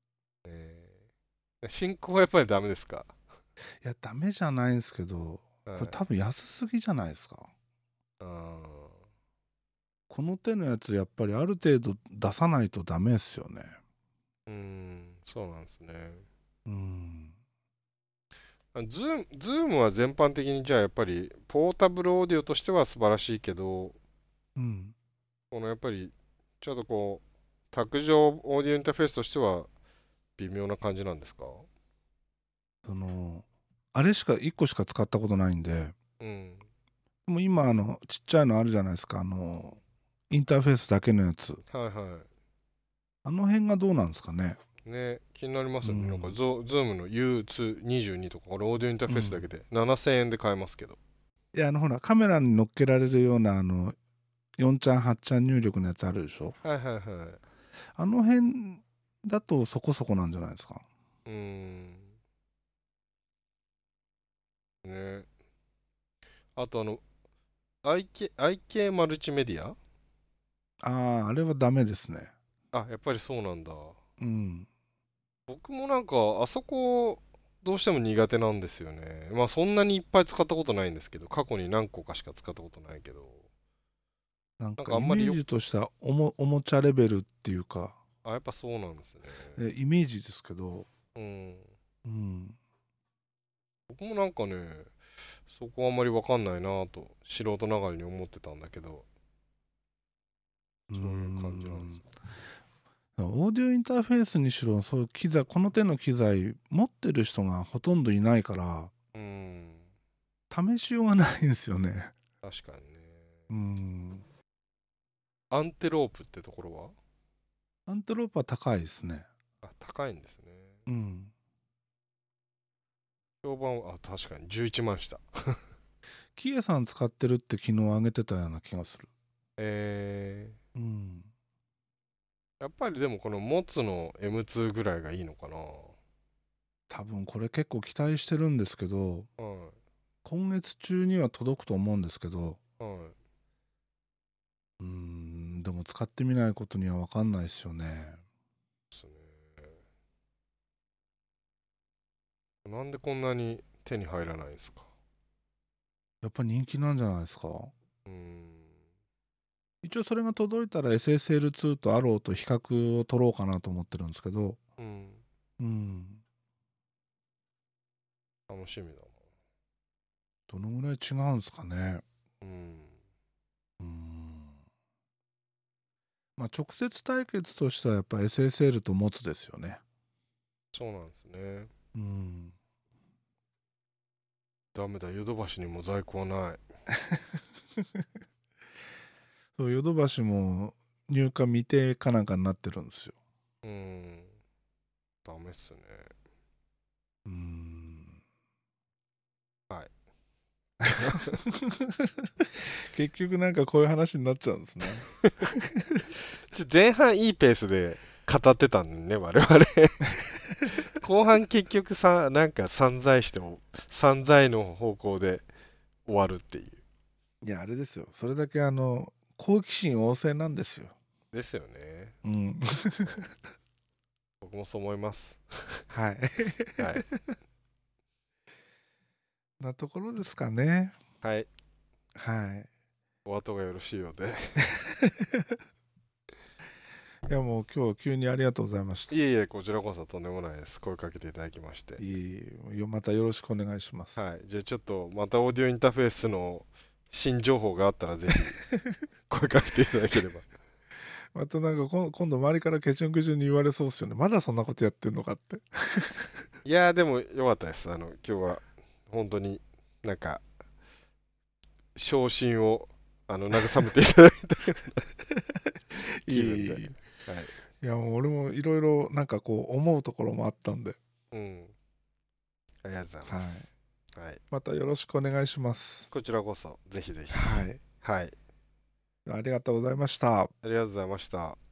新興はやっぱりダメですか？ いや、ダメじゃないんですけど、 はい。 これ多分安すぎじゃないですか。 あこの手のやつ、やっぱりある程度出さないとダメですよね。 そうなんですね。 うーん。 ズームは全般的にじゃあやっぱりポータブルオーディオとしては素晴らしいけど、 うん。 このやっぱりちょっとこう、卓上オーディオインターフェースとしては微妙な感じなんですか？ その、あれしか、1個しか使ったことないんで、 うん。 でも今、ちっちゃいのあるじゃないですか。インターフェースだけのやつ。 はいはあの辺がどうなんですかね。 い。ね、気になりますよね。なんかうん。 ズームの U222 とか、これオーディオインターフェースだけで7000円で買えますけど。 いや、ほら、カメラに乗っけられるような、4ちゃん、8ちゃん入力のやつあるでしょ。 はいはいはい。 あの辺だとそこそこなんじゃないですか。 うーん。ね。あとIK マルチメディア。 ああ、あれはダメですね。 あ、やっぱりそうなんだ。 うん。 僕もなんか、あそこ、どうしても苦手なんですよね。まあそんなにいっぱい使ったことないんですけど、過去に何個かしか使ったことないけど、 なんなんかイメーかあんまりジとしたおもちゃレベルっていうか、 やっぱそうなんですね。 イメージですけど、 うん。 うん。 僕もなんかね、そこはあんまりわかんないなぁと、素人ながらに思ってたんだけど、 うーそういう感じなんですん。 よ。 オーディオインターフェースにしろ、そういう機材、この手の機材持ってる人がほとんどいないから、 うん。 試しようがないんですよね。 確かにね。 うん。 アンテロープってところは？ アンテロープは高いですね。 高いんですね。 うん。 評判は、確かに11万した。 キエさん使ってるって昨日上げてたような気がする。 えうん。 やっぱりでもこのモツの M2 ぐらいがいいのかな。 多分これ結構期待してるんですけど、 は今月中には届くと思うんですけど、 い。はい。 でも使ってみないことには分かんないですよね。 ですね。なんでこんなに手に入らないんですか？ やっぱ人気なんじゃないですか。 うーん。 一応それが届いたら SSL2 とアローと比較を取ろうかなと思ってるんですけど、 うん。 うん。 楽しみだな。 どのぐらい違うんですかね。 うん。 うん。まあ直接対決としてはやっぱ SSL と持つですよね。 そうなんですね。 うん。 ダメだ、ヨドバシにも在庫はない。 そう、ヨドバシも入荷未定かなんかになってるんですよ。 うーん。ダメっすね。 うん。 はい。 結局なんかこういう話になっちゃうんですね。 前半いいペースで語ってたんでね、我々。後半結局なんか散財しても、散財の方向で終わるっていう。 いや、あれですよ。それだけ好奇心旺盛なんですよ。 ですよね。 うん。 僕もそう思います。 はい。 はい。 なところですかね。 はい。 はい。 お後がよろしいようで。 いや、もう今日急にありがとうございました。 いえいえ、こちらこそとんでもないです。声かけていただきまして。 またよろしくお願いします。 はい。じゃあちょっと、またオーディオインターフェースの新情報があったらぜひ声かけていただければ。 またなんか今度周りからケチュンケチュンに言われそうっすよね。まだそんなことやってんのかって。 いやーでもよかったです。今日は本当になんか昇進を慰めていただいた気分で、はい。 いやもう俺もいろいろなんかこう思うところもあったんで、 うん。ありがとうございはい。 ます。はい。 またよろしくお願いします。 こちらこそぜひぜひ。 はい。 はい。 ありがとうございました。 ありがとうございました。